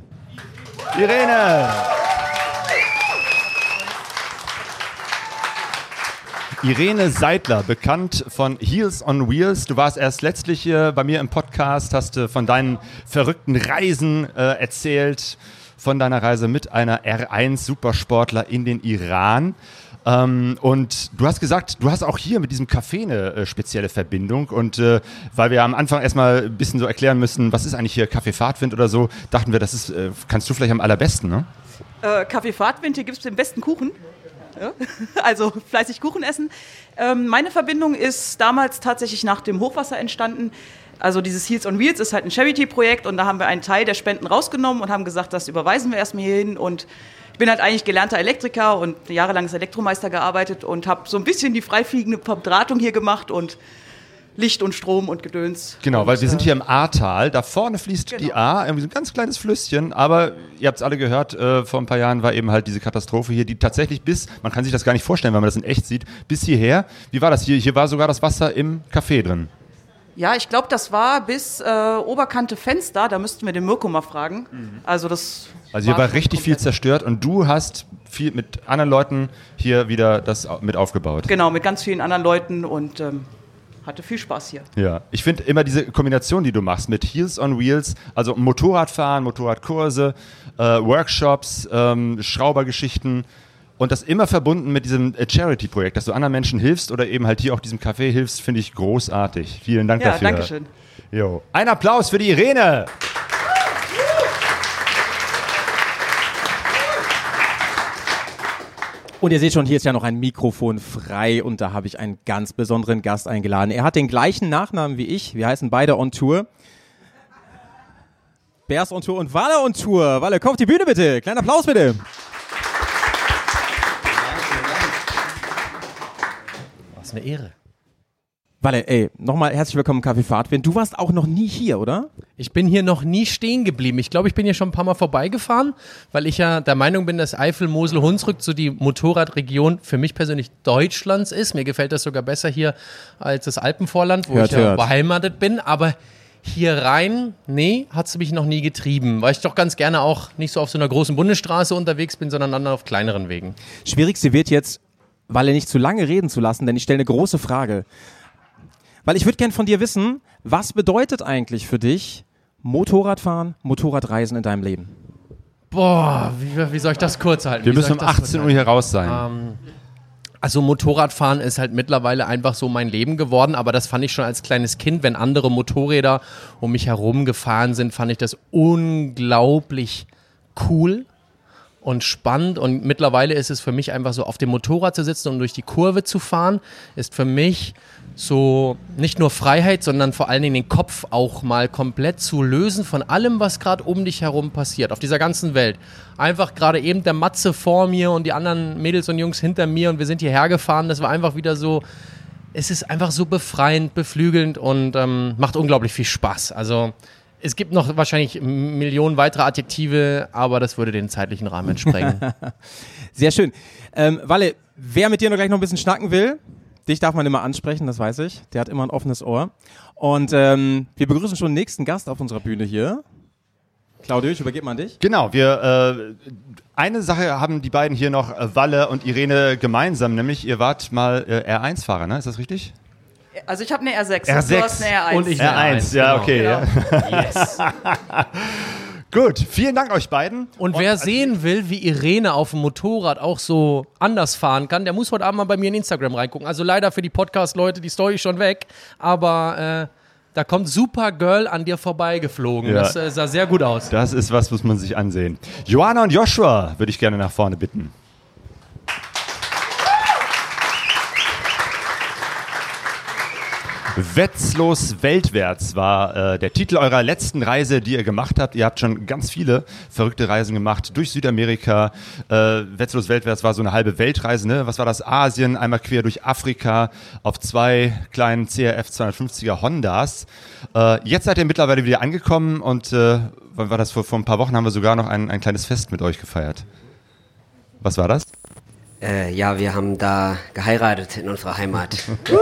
Irene! Irene Seidler, bekannt von Heels on Wheels. Du warst erst letztlich hier bei mir im Podcast, hast äh, von deinen verrückten Reisen äh, erzählt, von deiner Reise mit einer R eins Supersportler in den Iran. Ähm, und du hast gesagt, du hast auch hier mit diesem Café eine äh, spezielle Verbindung. Und äh, weil wir am Anfang erstmal ein bisschen so erklären müssen, was ist eigentlich hier Café Fahrtwind oder so, dachten wir, das ist, äh, kannst du vielleicht am allerbesten, ne? Äh, Café Fahrtwind, hier gibt es den besten Kuchen. Ja? Also fleißig Kuchen essen. Ähm, meine Verbindung ist damals tatsächlich nach dem Hochwasser entstanden. Also dieses Heels on Wheels ist halt ein Charity-Projekt und da haben wir einen Teil der Spenden rausgenommen und haben gesagt, das überweisen wir erstmal hier hin. Und ich bin halt eigentlich gelernter Elektriker und jahrelang als Elektromeister gearbeitet und habe so ein bisschen die freifliegende Verdrahtung hier gemacht und Licht und Strom und Gedöns. Genau, und, weil wir äh, sind hier im Ahrtal, da vorne fließt genau. die Ahr, irgendwie so ein ganz kleines Flüsschen, aber ihr habt es alle gehört, äh, vor ein paar Jahren war eben halt diese Katastrophe hier, die tatsächlich bis, man kann sich das gar nicht vorstellen, wenn man das in echt sieht, bis hierher, wie war das hier? Hier war sogar das Wasser im Café drin. Ja, ich glaube, das war bis äh, Oberkante Fenster, da müssten wir den Mirko mal fragen. Mhm. Also das Also hier war richtig viel komplett zerstört und du hast viel mit anderen Leuten hier wieder das mit aufgebaut. Genau, mit ganz vielen anderen Leuten und ähm, hatte viel Spaß hier. Ja, ich finde immer diese Kombination, die du machst mit Heels on Wheels, also Motorradfahren, Motorradkurse, äh, Workshops, ähm, Schraubergeschichten und das immer verbunden mit diesem äh, Charity-Projekt, dass du anderen Menschen hilfst oder eben halt hier auch diesem Café hilfst, finde ich großartig. Vielen Dank Ja, dafür. danke schön. Jo. Ein Applaus für die Irene! Und ihr seht schon, hier ist ja noch ein Mikrofon frei und da habe ich einen ganz besonderen Gast eingeladen. Er hat den gleichen Nachnamen wie ich. Wir heißen beide on Tour. Bears on Tour und Walle on Tour. Walle, komm auf die Bühne bitte. Kleiner Applaus bitte. Was eine Ehre. Walle, ey, nochmal herzlich willkommen im Café Fahrtwind. Du warst auch noch nie hier, oder? Ich bin hier noch nie stehen geblieben. Ich glaube, ich bin hier schon ein paar Mal vorbeigefahren, weil ich ja der Meinung bin, dass Eifel, Mosel, Hunsrück so die Motorradregion für mich persönlich Deutschlands ist. Mir gefällt das sogar besser hier als das Alpenvorland, wo Hört, ich ja hört. beheimatet bin. Aber hier rein, nee, hat es mich noch nie getrieben, weil ich doch ganz gerne auch nicht so auf so einer großen Bundesstraße unterwegs bin, sondern dann auf kleineren Wegen. Schwierigste wird jetzt, Walle nicht zu lange reden zu lassen, denn ich stelle eine große Frage. Weil ich würde gern von dir wissen, was bedeutet eigentlich für dich Motorradfahren, Motorradreisen in deinem Leben? Boah, wie, wie soll ich das kurz halten? Wir Wie müssen soll um ich das achtzehn Uhr kurz hier raus sein. Ähm, also Motorradfahren ist halt mittlerweile einfach so mein Leben geworden, aber das fand ich schon als kleines Kind, wenn andere Motorräder um mich herum gefahren sind, fand ich das unglaublich cool und spannend und mittlerweile ist es für mich einfach so, auf dem Motorrad zu sitzen und durch die Kurve zu fahren, ist für mich so nicht nur Freiheit, sondern vor allen Dingen den Kopf auch mal komplett zu lösen von allem, was gerade um dich herum passiert, auf dieser ganzen Welt. Einfach gerade eben der Matze vor mir und die anderen Mädels und Jungs hinter mir und wir sind hierher gefahren, das war einfach wieder so, es ist einfach so befreiend, beflügelnd und ähm, macht unglaublich viel Spaß. Also es gibt noch wahrscheinlich Millionen weitere Adjektive, aber das würde den zeitlichen Rahmen sprengen. Sehr schön. Ähm, Walle, wer mit dir noch gleich noch ein bisschen schnacken will, dich darf man immer ansprechen, das weiß ich. Der hat immer ein offenes Ohr. Und ähm, wir begrüßen schon den nächsten Gast auf unserer Bühne hier. Claudio, ich übergebe mal an dich. Genau, wir äh, eine Sache haben die beiden hier noch, äh, Walle und Irene, gemeinsam, nämlich ihr wart mal äh, R eins Fahrer, ne? Ist das richtig? Also ich habe eine R sechs, R sechs. du hast eine R eins. Und ich- R eins, ja, genau. okay. Genau. Ja. Yes. Gut, vielen Dank euch beiden. Und wer sehen will, wie Irene auf dem Motorrad auch so anders fahren kann, der muss heute Abend mal bei mir in Instagram reingucken. Also leider für die Podcast-Leute, die Story ist schon weg, aber äh, da kommt Supergirl an dir vorbeigeflogen. Ja. Das äh, sah sehr gut aus. Das ist was, muss man sich ansehen. Joanna und Joshua würde ich gerne nach vorne bitten. Wetzlos weltwärts war äh, der Titel eurer letzten Reise, die ihr gemacht habt. Ihr habt schon ganz viele verrückte Reisen gemacht durch Südamerika. Äh, Wetzlos weltwärts war so eine halbe Weltreise. Ne? Was war das? Asien, einmal quer durch Afrika auf zwei kleinen C R F zweihundertfünfziger Hondas. Äh, jetzt seid ihr mittlerweile wieder angekommen und äh, wann war das? Vor, vor ein paar Wochen haben wir sogar noch ein, ein kleines Fest mit euch gefeiert. Was war das? Äh, ja, wir haben da geheiratet in unserer Heimat.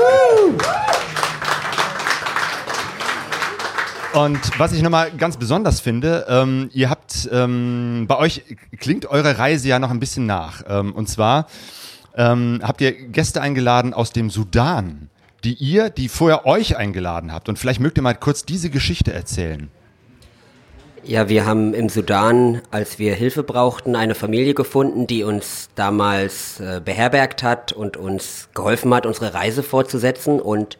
Und was ich nochmal ganz besonders finde, ähm, ihr habt, ähm, bei euch klingt eure Reise ja noch ein bisschen nach. Ähm, und zwar ähm, habt ihr Gäste eingeladen aus dem Sudan, die ihr, die vorher euch eingeladen habt. Und vielleicht mögt ihr mal kurz diese Geschichte erzählen. Ja, wir haben im Sudan, als wir Hilfe brauchten, eine Familie gefunden, die uns damals äh, beherbergt hat und uns geholfen hat, unsere Reise fortzusetzen. Und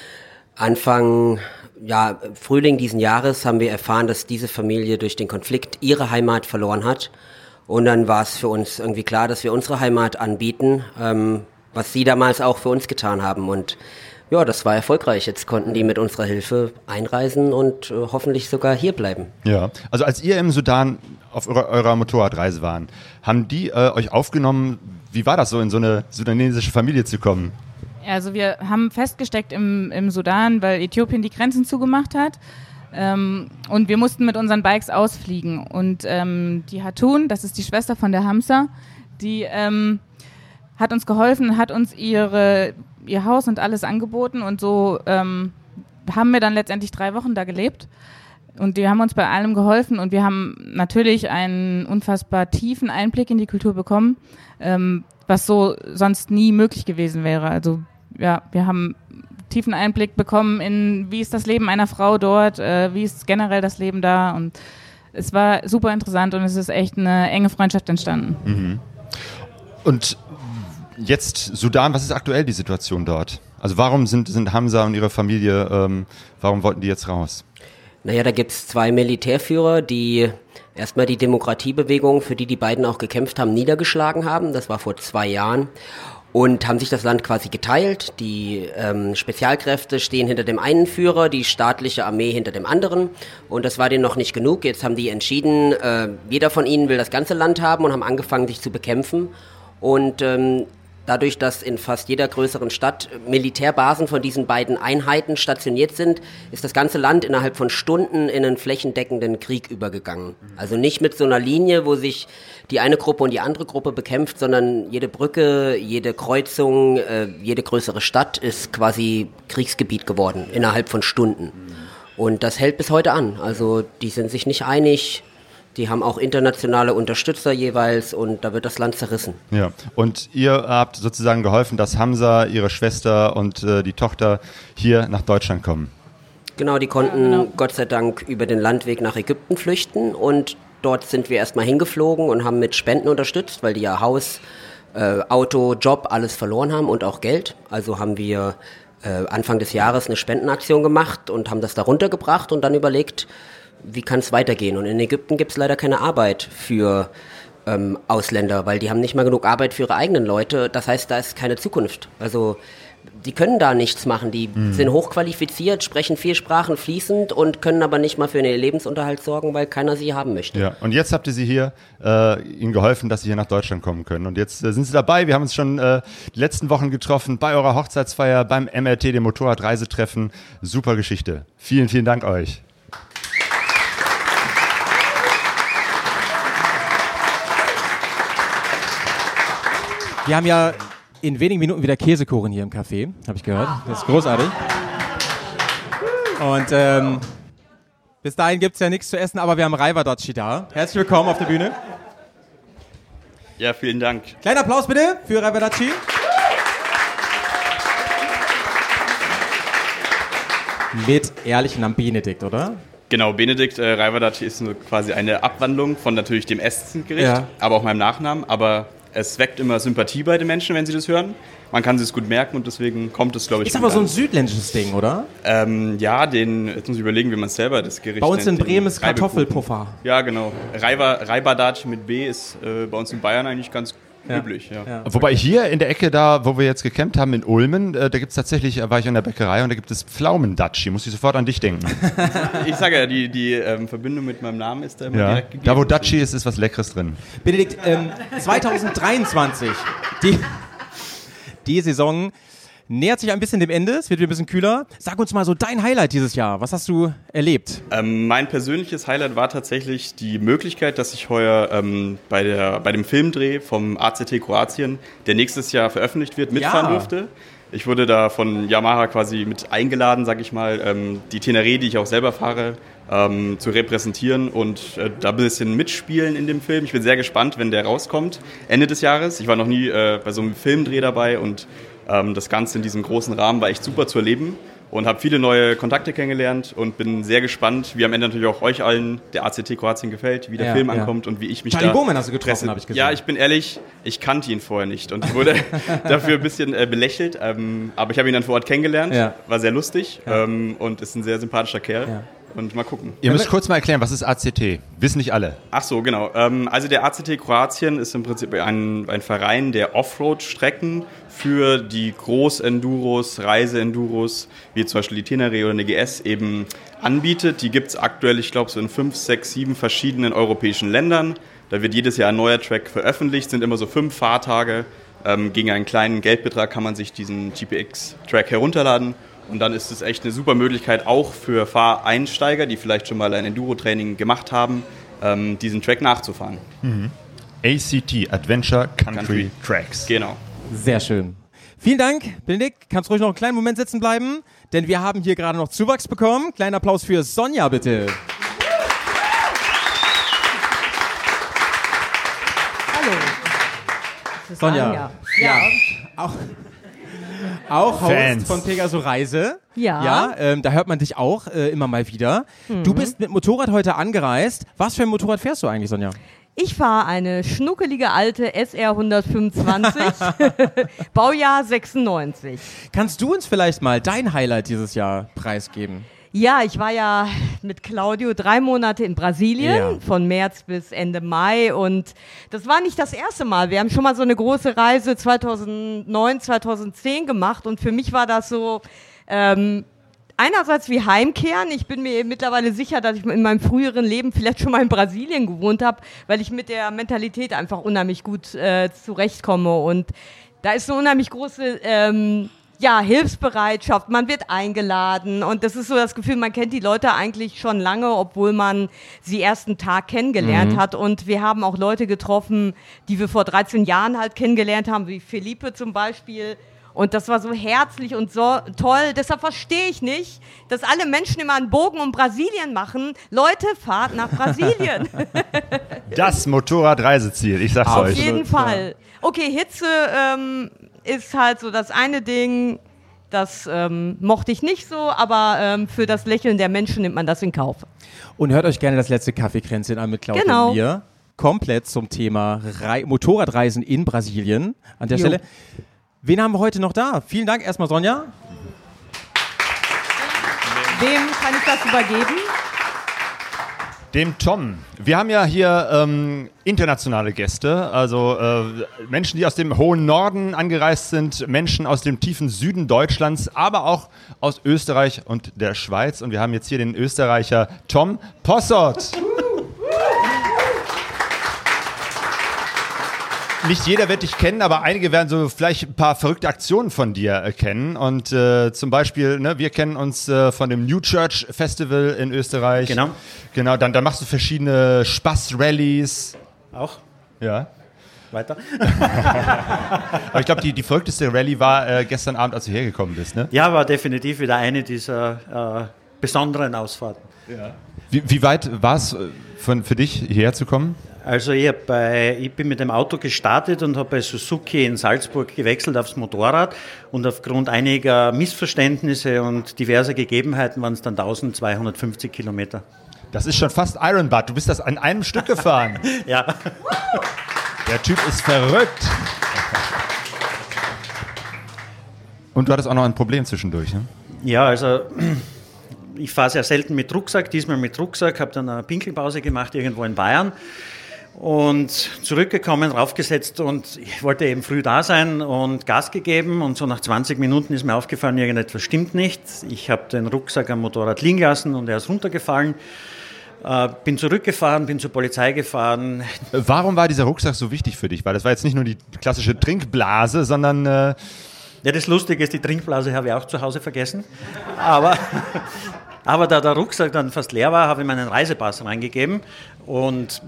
Anfang, ja, Frühling diesen Jahres haben wir erfahren, dass diese Familie durch den Konflikt ihre Heimat verloren hat. Und dann war es für uns irgendwie klar, dass wir unsere Heimat anbieten, ähm, was sie damals auch für uns getan haben. Und ja, das war erfolgreich. Jetzt konnten die mit unserer Hilfe einreisen und äh, hoffentlich sogar hier bleiben. Ja, also als ihr im Sudan auf eurer, eurer Motorradreise waren, haben die äh, euch aufgenommen? Wie war das so, in so eine sudanesische Familie zu kommen? Also wir haben festgesteckt im, im Sudan, weil Äthiopien die Grenzen zugemacht hat. Ähm, und wir mussten mit unseren Bikes ausfliegen. Und ähm, die Hatun, das ist die Schwester von der Hamza, die ähm, hat uns geholfen, hat uns ihre... ihr Haus und alles angeboten und so ähm, haben wir dann letztendlich drei Wochen da gelebt und die haben uns bei allem geholfen und wir haben natürlich einen unfassbar tiefen Einblick in die Kultur bekommen, ähm, was so sonst nie möglich gewesen wäre. Also ja, wir haben tiefen Einblick bekommen in, wie ist das Leben einer Frau dort, äh, wie ist generell das Leben da und es war super interessant und es ist echt eine enge Freundschaft entstanden. Mhm. Und jetzt Sudan, was ist aktuell die Situation dort? Also warum sind, sind Hamza und ihre Familie, ähm, warum wollten die jetzt raus? Naja, da gibt's zwei Militärführer, die erstmal die Demokratiebewegung, für die die beiden auch gekämpft haben, niedergeschlagen haben. Das war vor zwei Jahren. Und haben sich das Land quasi geteilt. Die ähm, Spezialkräfte stehen hinter dem einen Führer, die staatliche Armee hinter dem anderen. Und das war denen noch nicht genug. Jetzt haben die entschieden, äh, jeder von ihnen will das ganze Land haben und haben angefangen, sich zu bekämpfen. Und ähm, dadurch, dass in fast jeder größeren Stadt Militärbasen von diesen beiden Einheiten stationiert sind, ist das ganze Land innerhalb von Stunden in einen flächendeckenden Krieg übergegangen. Also nicht mit so einer Linie, wo sich die eine Gruppe und die andere Gruppe bekämpft, sondern jede Brücke, jede Kreuzung, äh, jede größere Stadt ist quasi Kriegsgebiet geworden, innerhalb von Stunden. Und das hält bis heute an. Also die sind sich nicht einig. Die haben auch internationale Unterstützer jeweils und da wird das Land zerrissen. Ja, und ihr habt sozusagen geholfen, dass Hamza, ihre Schwester und äh, die Tochter hier nach Deutschland kommen. Genau, die konnten ja, genau. Gott sei Dank über den Landweg nach Ägypten flüchten und dort sind wir erstmal hingeflogen und haben mit Spenden unterstützt, weil die ja Haus, äh, Auto, Job, alles verloren haben und auch Geld. Also haben wir äh, Anfang des Jahres eine Spendenaktion gemacht und haben das da runtergebracht und dann überlegt, wie kann es weitergehen? Und in Ägypten gibt es leider keine Arbeit für ähm, Ausländer, weil die haben nicht mal genug Arbeit für ihre eigenen Leute. Das heißt, da ist keine Zukunft. Also die können da nichts machen. Die mhm. sind hochqualifiziert, sprechen vier Sprachen fließend und können aber nicht mal für ihren Lebensunterhalt sorgen, weil keiner sie haben möchte. Ja, und jetzt habt ihr sie hier, äh, ihnen geholfen, dass sie hier nach Deutschland kommen können. Und jetzt äh, sind sie dabei. Wir haben uns schon äh, die letzten Wochen getroffen bei eurer Hochzeitsfeier, beim M R T, dem Motorradreisetreffen. Super Geschichte. Vielen, vielen Dank euch. Wir haben ja in wenigen Minuten wieder Käsekuchen hier im Café, habe ich gehört. Das ist großartig. Und ähm, bis dahin gibt es ja nichts zu essen, aber wir haben Raiwadatschi da. Herzlich willkommen auf der Bühne. Ja, vielen Dank. Kleiner Applaus bitte für Raiwadatschi. Mit ehrlichem Namen Benedikt, oder? Genau, Benedikt äh, Raiwadatschi ist nur quasi eine Abwandlung von natürlich dem Essensgericht, ja. aber auch meinem Nachnamen, aber es weckt immer Sympathie bei den Menschen, wenn sie das hören. Man kann es gut merken und deswegen kommt es, glaube ich, ist aber so ein südländisches Ding, oder? Ähm, ja, den, jetzt muss ich überlegen, wie man es selber das Gericht Bei uns nennt, in Bremen ist Kartoffelpuffer. Ja, genau. Raiwadatschi mit B ist äh, bei uns in Bayern eigentlich ganz ja. üblich. Ja. Ja. Wobei hier in der Ecke da, wo wir jetzt gecampt haben, in Ulmen, äh, da gibt es tatsächlich, da war ich in der Bäckerei und da gibt es Pflaumendatschi. Muss ich sofort an dich denken. Ich sage ja, die, die ähm, Verbindung mit meinem Namen ist da immer ja. direkt gegeben. Da, wo Datschi ist, ist was Leckeres drin. Benedikt, ähm, zwanzig dreiundzwanzig, die, die Saison nähert sich ein bisschen dem Ende, es wird wieder ein bisschen kühler. Sag uns mal so dein Highlight dieses Jahr. Was hast du erlebt? Ähm, mein persönliches Highlight war tatsächlich die Möglichkeit, dass ich heuer ähm, bei, der, bei dem Filmdreh vom A C T Kroatien, der nächstes Jahr veröffentlicht wird, mitfahren ja. durfte. Ich wurde da von Yamaha quasi mit eingeladen, sag ich mal, ähm, die Teneré, die ich auch selber fahre, ähm, zu repräsentieren und äh, da ein bisschen mitspielen in dem Film. Ich bin sehr gespannt, wenn der rauskommt, Ende des Jahres. Ich war noch nie äh, bei so einem Filmdreh dabei und ähm, das Ganze in diesem großen Rahmen war echt super zu erleben. Und habe viele neue Kontakte kennengelernt und bin sehr gespannt, wie am Ende natürlich auch euch allen der A C T Kroatien gefällt, wie der ja, Film ja. ankommt und wie ich mich Charlie da... Bowman hast du getroffen, habe ich gesehen. Ja, ich bin ehrlich, ich kannte ihn vorher nicht und ich wurde dafür ein bisschen äh, belächelt. Ähm, aber ich habe ihn dann vor Ort kennengelernt, ja. war sehr lustig ja. ähm, und ist ein sehr sympathischer Kerl. Ja. Und mal gucken. Ihr müsst kurz mal erklären, was ist A C T? Wissen nicht alle. Ach so, genau. Ähm, also der A C T Kroatien ist im Prinzip ein, ein Verein, der Offroad-Strecken für die Groß-Enduros, Reise-Enduros, wie zum Beispiel die Teneré oder eine G S eben anbietet. Die gibt es aktuell, ich glaube, so in fünf, sechs, sieben verschiedenen europäischen Ländern. Da wird jedes Jahr ein neuer Track veröffentlicht, sind immer so fünf Fahrtage. Ähm, gegen einen kleinen Geldbetrag kann man sich diesen G P X-Track herunterladen. Und dann ist es echt eine super Möglichkeit, auch für Fahreinsteiger, die vielleicht schon mal ein Enduro-Training gemacht haben, ähm, diesen Track nachzufahren. Mhm. A C T, Adventure Country, Country Tracks. Genau. Sehr schön. Vielen Dank, Benedikt. Kannst ruhig noch einen kleinen Moment sitzen bleiben, denn wir haben hier gerade noch Zuwachs bekommen. Kleinen Applaus für Sonja, bitte. Hallo. Sonja. Sonja. Ja. Ja. Auch, auch Fans. Host von Pegaso Reise. Ja. Ja, ähm, da hört man dich auch äh, immer mal wieder. Mhm. Du bist mit Motorrad heute angereist. Was für ein Motorrad fährst du eigentlich, Sonja? Ich fahre eine schnuckelige alte S R hundertfünfundzwanzig, Baujahr sechsundneunzig. Kannst du uns vielleicht mal dein Highlight dieses Jahr preisgeben? Ja, ich war ja mit Claudio drei Monate in Brasilien, Ja. von März bis Ende Mai, und das war nicht das erste Mal. Wir haben schon mal so eine große Reise zweitausendneun, zweitausendzehn gemacht, und für mich war das so ähm, einerseits wie Heimkehren. Ich bin mir mittlerweile sicher, dass ich in meinem früheren Leben vielleicht schon mal in Brasilien gewohnt habe, weil ich mit der Mentalität einfach unheimlich gut äh, zurechtkomme, und da ist eine unheimlich große ähm, ja, Hilfsbereitschaft, man wird eingeladen, und das ist so das Gefühl, man kennt die Leute eigentlich schon lange, obwohl man sie erst einen Tag kennengelernt Mhm. hat, und wir haben auch Leute getroffen, die wir vor dreizehn Jahren halt kennengelernt haben, wie Felipe zum Beispiel, und das war so herzlich und so toll. Deshalb verstehe ich nicht, dass alle Menschen immer einen Bogen um Brasilien machen. Leute, fahrt nach Brasilien. Das Motorradreiseziel, ich sag's Auf euch. jeden Fall. Okay, Hitze ähm, ist halt so das eine Ding, das ähm, mochte ich nicht so, aber ähm, für das Lächeln der Menschen nimmt man das in Kauf. Und hört euch gerne das letzte Kaffeekränzchen an mit Claudia Genau. und mir. Komplett zum Thema Rei- Motorradreisen in Brasilien. An der Jo. Stelle. Wen haben wir heute noch da? Vielen Dank erstmal, Sonja. Wem kann ich das übergeben? Dem Tom. Wir haben ja hier ähm, internationale Gäste, also äh, Menschen, die aus dem hohen Norden angereist sind, Menschen aus dem tiefen Süden Deutschlands, aber auch aus Österreich und der Schweiz. Und wir haben jetzt hier den Österreicher Tom Possort. Nicht jeder wird dich kennen, aber einige werden so vielleicht ein paar verrückte Aktionen von dir äh, kennen. Und äh, zum Beispiel, ne, wir kennen uns äh, von dem New Church Festival in Österreich. Genau. Genau, dann, dann machst du verschiedene Spaß-Rallies. Auch? Ja. Weiter? Aber ich glaube, die, die verrückteste Rallye war äh, gestern Abend, als du hergekommen bist, ne? Ja, war definitiv wieder eine dieser äh, besonderen Ausfahrten. Ja. Wie, wie weit war es für dich, hierher zu kommen? Also ich, hab bei, ich bin mit dem Auto gestartet und habe bei Suzuki in Salzburg gewechselt aufs Motorrad, und aufgrund einiger Missverständnisse und diverser Gegebenheiten waren es dann eintausendzweihundertfünfzig Kilometer. Das ist schon fast Ironbutt. Du bist das an einem Stück gefahren. Ja. Der Typ ist verrückt. Und du hattest auch noch ein Problem zwischendurch, ne? Ja, also ich fahre sehr selten mit Rucksack, diesmal mit Rucksack, habe dann eine Pinkelpause gemacht irgendwo in Bayern und zurückgekommen, raufgesetzt, und ich wollte eben früh da sein und Gas gegeben, und so nach zwanzig Minuten ist mir aufgefallen, irgendetwas stimmt nicht. Ich habe den Rucksack am Motorrad liegen lassen und er ist runtergefallen. Äh, bin zurückgefahren, bin zur Polizei gefahren. Warum war dieser Rucksack so wichtig für dich? Weil das war jetzt nicht nur die klassische Trinkblase, sondern... Äh Ja, das Lustige ist, die Trinkblase habe ich auch zu Hause vergessen. Aber, aber da der Rucksack dann fast leer war, habe ich meinen Reisepass reingegeben. Und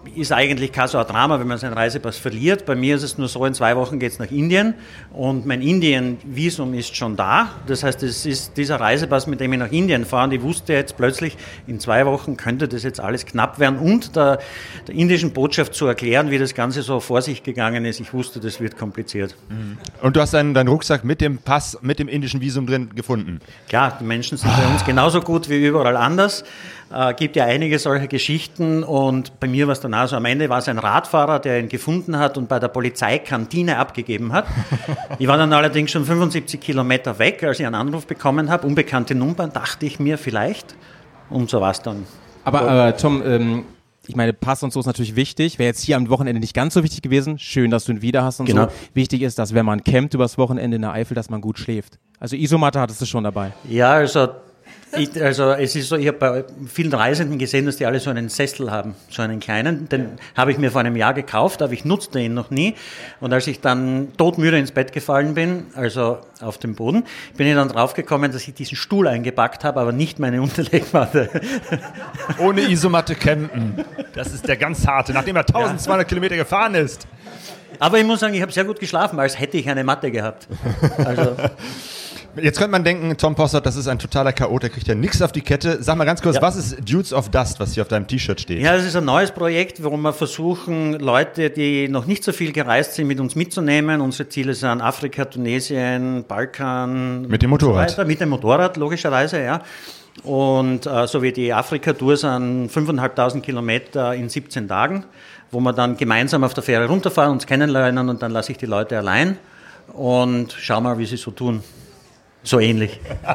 ist eigentlich kein so ein Drama, wenn man seinen Reisepass verliert. Bei mir ist es nur so, in zwei Wochen geht es nach Indien und mein Indien-Visum ist schon da. Das heißt, es ist dieser Reisepass, mit dem ich nach Indien fahre, und ich wusste jetzt plötzlich, in zwei Wochen könnte das jetzt alles knapp werden und der, der indischen Botschaft zu erklären, wie das Ganze so vor sich gegangen ist. Ich wusste, das wird kompliziert. Und du hast deinen, deinen Rucksack mit dem Pass, mit dem indischen Visum drin gefunden? Klar, die Menschen sind bei uns genauso gut wie überall anders. Äh, gibt ja einige solche Geschichten und bei mir war es dann auch so, am Ende war es ein Radfahrer, der ihn gefunden hat und bei der Polizeikantine abgegeben hat. Ich war dann allerdings schon fünfundsiebzig Kilometer weg, als ich einen Anruf bekommen habe, unbekannte Nummer, dachte ich mir vielleicht, und so war es dann. Aber, aber Tom, ähm, ich meine, Pass und so ist natürlich wichtig, wäre jetzt hier am Wochenende nicht ganz so wichtig gewesen, schön, dass du ihn wieder hast und Genau. so. Wichtig ist, dass wenn man campt übers Wochenende in der Eifel, dass man gut schläft. Also Isomatte hattest du schon dabei. Ja, also Ich, also es ist so, ich habe bei vielen Reisenden gesehen, dass die alle so einen Sessel haben, so einen kleinen. Den habe ich mir vor einem Jahr gekauft, aber ich nutzte ihn noch nie. Und als ich dann todmüde ins Bett gefallen bin, also auf dem Boden, bin ich dann draufgekommen, dass ich diesen Stuhl eingepackt habe, aber nicht meine Unterlegmatte. Ohne Isomatte campen. Das ist der ganz harte, nachdem er eintausendzweihundert Kilometer gefahren ist. Aber ich muss sagen, ich habe sehr gut geschlafen, als hätte ich eine Matte gehabt. Also Jetzt könnte man denken, Tom Possart, das ist ein totaler Chaot, der kriegt ja nichts auf die Kette. Sag mal ganz kurz, Ja. was ist Dudes of Dust, was hier auf deinem T-Shirt steht? Ja, das ist ein neues Projekt, wo wir versuchen, Leute, die noch nicht so viel gereist sind, mit uns mitzunehmen. Unsere Ziele sind Afrika, Tunesien, Balkan. Mit dem Motorrad. Und so weiter. Mit dem Motorrad, logischerweise, ja. Und äh, so wie die Afrika-Tour sind fünftausendfünfhundert Kilometer in siebzehn Tagen, wo wir dann gemeinsam auf der Fähre runterfahren, uns kennenlernen und dann lasse ich die Leute allein und schau mal, wie sie so tun. So ähnlich.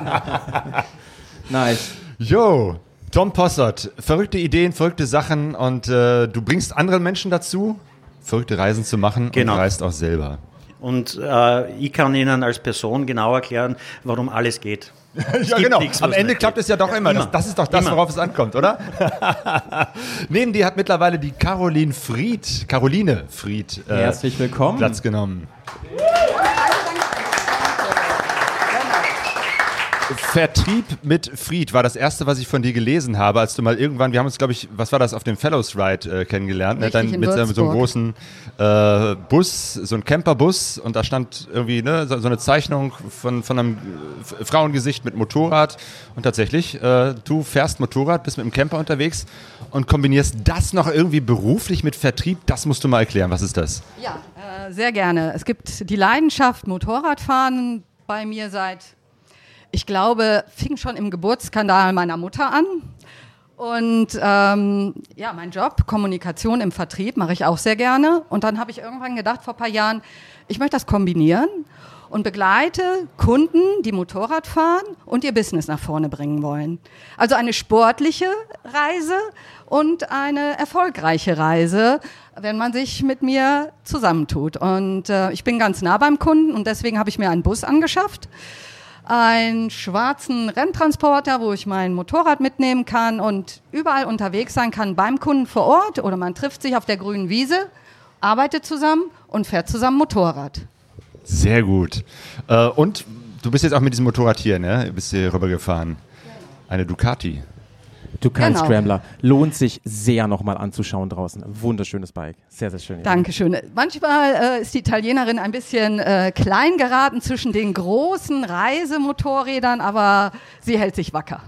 Nice. Jo, Tom Possart, verrückte Ideen, verrückte Sachen und äh, du bringst andere Menschen dazu, verrückte Reisen zu machen Genau. und reist auch selber. Und äh, ich kann Ihnen als Person genau erklären, warum alles geht. Es Ja, gibt genau. nichts, Am was Ende nicht klappt geht. es ja doch immer. Immer. Das, das ist doch das, Immer. worauf es ankommt, oder? Neben dir hat mittlerweile die Caroline Fried, Caroline Fried, äh, Herzlich willkommen. Platz genommen. Vertrieb mit Fried war das erste, was ich von dir gelesen habe, als du mal irgendwann, wir haben uns, glaube ich, was war das, auf dem Fellows Ride äh, kennengelernt, ne? Richtig, Dann in mit so einem Würzburg. großen äh, Bus, so ein Camperbus und da stand irgendwie ne, so, so eine Zeichnung von, von einem äh, Frauengesicht mit Motorrad und tatsächlich, äh, du fährst Motorrad, bist mit dem Camper unterwegs und kombinierst das noch irgendwie beruflich mit Vertrieb, das musst du mal erklären, was ist das? Ja, äh, sehr gerne. Es gibt die Leidenschaft Motorradfahren bei mir seit, ich glaube, fing schon im Geburtsskandal meiner Mutter an. Und ähm, ja, mein Job, Kommunikation im Vertrieb, mache ich auch sehr gerne. Und dann habe ich irgendwann gedacht, vor ein paar Jahren, ich möchte das kombinieren und begleite Kunden, die Motorrad fahren und ihr Business nach vorne bringen wollen. Also eine sportliche Reise und eine erfolgreiche Reise, wenn man sich mit mir zusammentut. Und äh, ich bin ganz nah beim Kunden und deswegen habe ich mir einen Bus angeschafft. Einen schwarzen Renntransporter, wo ich mein Motorrad mitnehmen kann und überall unterwegs sein kann beim Kunden vor Ort oder man trifft sich auf der grünen Wiese, arbeitet zusammen und fährt zusammen Motorrad. Sehr gut. Äh, und du bist jetzt auch mit diesem Motorrad hier, ne? Bist hier rübergefahren. Eine Ducati. Ducati Genau. Scrambler. Lohnt sich sehr nochmal anzuschauen draußen. Wunderschönes Bike. Sehr, sehr schön. Dankeschön. Manchmal äh, ist die Italienerin ein bisschen äh, klein geraten zwischen den großen Reisemotorrädern, aber sie hält sich wacker.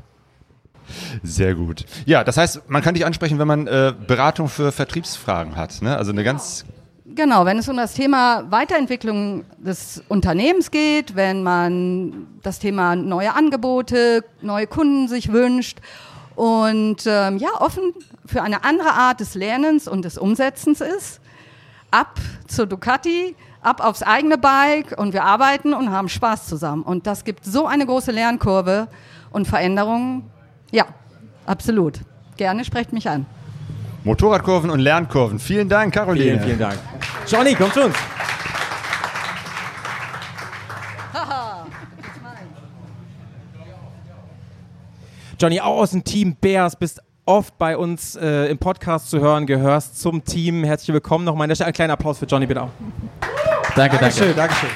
Sehr gut. Ja, das heißt, man kann dich ansprechen, wenn man äh, Beratung für Vertriebsfragen hat, ne? Also eine ganz... Genau, wenn es um das Thema Weiterentwicklung des Unternehmens geht, wenn man das Thema neue Angebote, neue Kunden sich wünscht und ähm, ja, offen für eine andere Art des Lernens und des Umsetzens ist, ab zur Ducati, ab aufs eigene Bike und wir arbeiten und haben Spaß zusammen. Und das gibt so eine große Lernkurve und Veränderungen. Ja, absolut. Gerne sprecht mich an. Motorradkurven und Lernkurven. Vielen Dank, Caroline. Vielen, vielen Dank. Johnny, komm zu uns. Johnny, auch aus dem Team Bears, bist oft bei uns äh, im Podcast zu hören, gehörst zum Team. Herzlich willkommen nochmal an der Stelle. Ein kleiner Applaus für Johnny, bitte auch. Danke, Dankeschön, Dankeschön.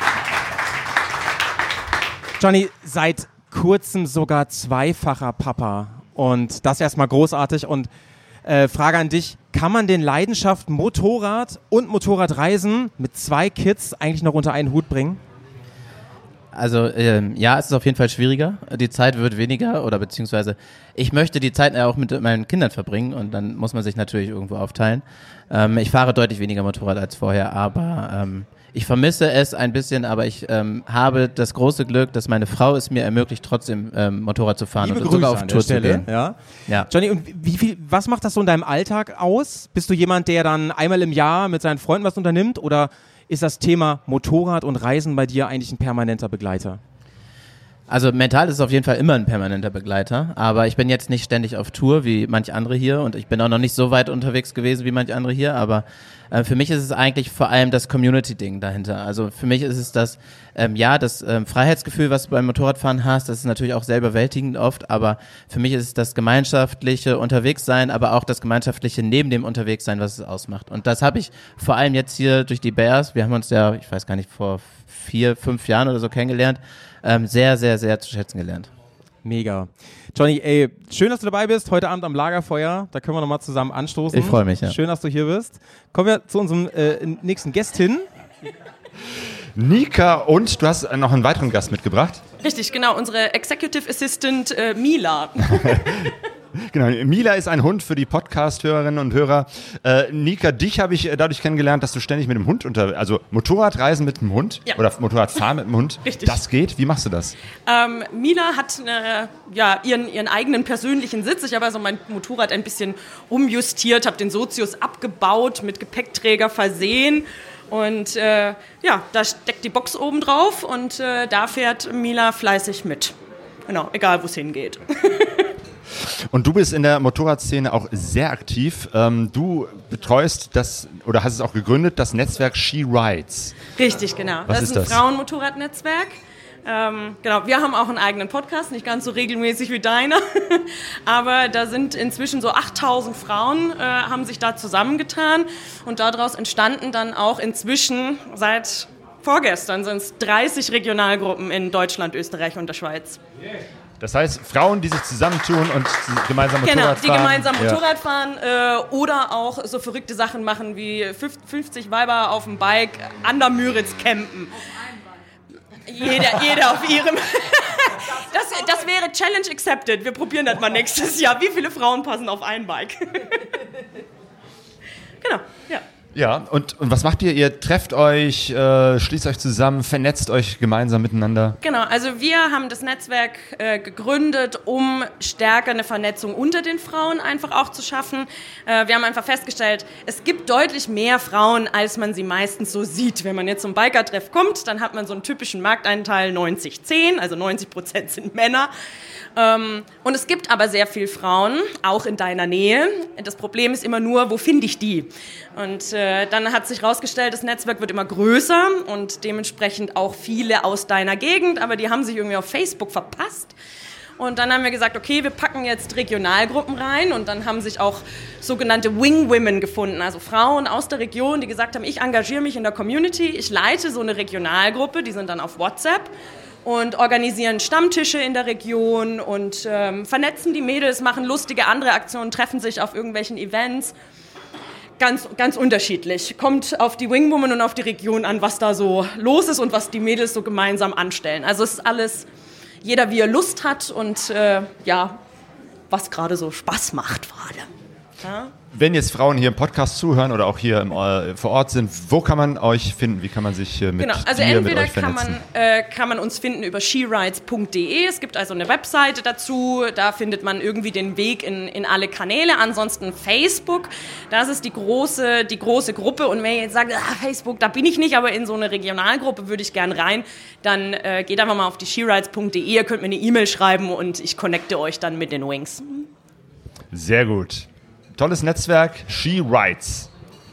Johnny, seit kurzem sogar zweifacher Papa und das erstmal großartig und Äh, Frage an dich, kann man den Leidenschaften Motorrad und Motorradreisen mit zwei Kids eigentlich noch unter einen Hut bringen? Also ähm, ja, es ist auf jeden Fall schwieriger. Die Zeit wird weniger oder beziehungsweise ich möchte die Zeit auch mit meinen Kindern verbringen und dann muss man sich natürlich irgendwo aufteilen. Ähm, ich fahre deutlich weniger Motorrad als vorher, aber ähm, ich vermisse es ein bisschen, aber ich ähm, habe das große Glück, dass meine Frau es mir ermöglicht, trotzdem ähm, Motorrad zu fahren Liebe und Grüße sogar auf an Tour der Stelle, zu gehen. Ja. Ja. Johnny, und wie viel, was macht das so in deinem Alltag aus? Bist du jemand, der dann einmal im Jahr mit seinen Freunden was unternimmt oder ist das Thema Motorrad und Reisen bei dir eigentlich ein permanenter Begleiter? Also mental ist es auf jeden Fall immer ein permanenter Begleiter, aber ich bin jetzt nicht ständig auf Tour wie manch andere hier und ich bin auch noch nicht so weit unterwegs gewesen wie manch andere hier, aber äh, für mich ist es eigentlich vor allem das Community-Ding dahinter. Also für mich ist es das, ähm, ja, das ähm, Freiheitsgefühl, was du beim Motorradfahren hast, das ist natürlich auch sehr überwältigend oft, aber für mich ist es das gemeinschaftliche Unterwegssein, aber auch das gemeinschaftliche neben dem Unterwegssein, was es ausmacht. Und das habe ich vor allem jetzt hier durch die Bears, wir haben uns ja, ich weiß gar nicht, vor vier, fünf Jahren oder so kennengelernt, ähm, sehr, sehr, sehr zu schätzen gelernt. Mega. Johnny, ey, schön, dass du dabei bist, heute Abend am Lagerfeuer, da können wir nochmal zusammen anstoßen. Ich freue mich, ja. Schön, dass du hier bist. Kommen wir zu unserem äh, nächsten Gästin. Nika, und du hast noch einen weiteren Gast mitgebracht. Richtig, genau, unsere Executive Assistant äh, Mila. Genau, Mila ist ein Hund für die Podcast-Hörerinnen und Hörer. Äh, Nika, dich habe ich dadurch kennengelernt, dass du ständig mit dem Hund unter, also Motorradreisen mit dem Hund Ja. oder Motorradfahren mit dem Hund. Richtig. Das geht. Wie machst du das? Ähm, Mila hat eine, ja, ihren, ihren eigenen persönlichen Sitz. Ich habe also mein Motorrad ein bisschen umjustiert, habe den Sozius abgebaut, mit Gepäckträger versehen. Und äh, ja, da steckt die Box oben drauf und äh, da fährt Mila fleißig mit. Genau, egal wo es hingeht. Und du bist in der Motorradszene auch sehr aktiv. Ähm, du betreust das, oder hast es auch gegründet, das Netzwerk She Rides. Richtig, genau. Was das ist ist ein das? Frauenmotorradnetzwerk. Ähm, genau, wir haben auch einen eigenen Podcast, nicht ganz so regelmäßig wie deiner, aber da sind inzwischen so achttausend Frauen, äh, haben sich da zusammengetan und daraus entstanden dann auch inzwischen seit vorgestern sind es dreißig Regionalgruppen in Deutschland, Österreich und der Schweiz. Das heißt, Frauen, die sich zusammentun und gemeinsam Motorrad Genau, fahren. die gemeinsam Ja. Motorrad fahren äh, oder auch so verrückte Sachen machen wie fünfzig Weiber auf dem Bike an der Müritz campen. Jeder, jeder auf ihrem. Das, das wäre Challenge accepted. Wir probieren das mal nächstes Jahr. Wie viele Frauen passen auf ein Bike? Genau, ja. Ja, und, und was macht ihr? Ihr trefft euch, äh, schließt euch zusammen, vernetzt euch gemeinsam miteinander? Genau, also wir haben das Netzwerk äh, gegründet, um stärker eine Vernetzung unter den Frauen einfach auch zu schaffen. Äh, wir haben einfach festgestellt, es gibt deutlich mehr Frauen, als man sie meistens so sieht. Wenn man jetzt zum Biker-Treff kommt, dann hat man so einen typischen Markteinteil neunzig zehn, also neunzig Prozent sind Männer. Ähm, und es gibt aber sehr viele Frauen, auch in deiner Nähe. Das Problem ist immer nur, wo finde ich die? Und äh, dann hat sich herausgestellt, das Netzwerk wird immer größer und dementsprechend auch viele aus deiner Gegend, aber die haben sich irgendwie auf Facebook verpasst. Und dann haben wir gesagt, okay, wir packen jetzt Regionalgruppen rein und dann haben sich auch sogenannte Wing Women gefunden, also Frauen aus der Region, die gesagt haben, ich engagiere mich in der Community, ich leite so eine Regionalgruppe, die sind dann auf WhatsApp und organisieren Stammtische in der Region und ähm, vernetzen die Mädels, machen lustige andere Aktionen, treffen sich auf irgendwelchen Events. Ganz, ganz unterschiedlich. Kommt auf die Wingwoman und auf die Region an, was da so los ist und was die Mädels so gemeinsam anstellen. Also es ist alles, jeder wie er Lust hat und äh, ja, was gerade so Spaß macht vor allem. Ja? Wenn jetzt Frauen hier im Podcast zuhören oder auch hier im, äh, vor Ort sind, wo kann man euch finden? Wie kann man sich äh, mit Genau, also dir, entweder mit euch kann vernetzen? man, äh, kann man uns finden über she rides punkt de. Es gibt also eine Webseite dazu, da findet man irgendwie den Weg in, in alle Kanäle. Ansonsten Facebook, das ist die große, die große Gruppe. Und wenn ihr jetzt sagt, ah, Facebook, da bin ich nicht, aber in so eine Regionalgruppe würde ich gern rein, dann äh, geht einfach mal auf die she rides punkt de. Ihr könnt mir eine E-Mail schreiben und ich connecte euch dann mit den Wings. Sehr gut. Tolles Netzwerk, She Rides.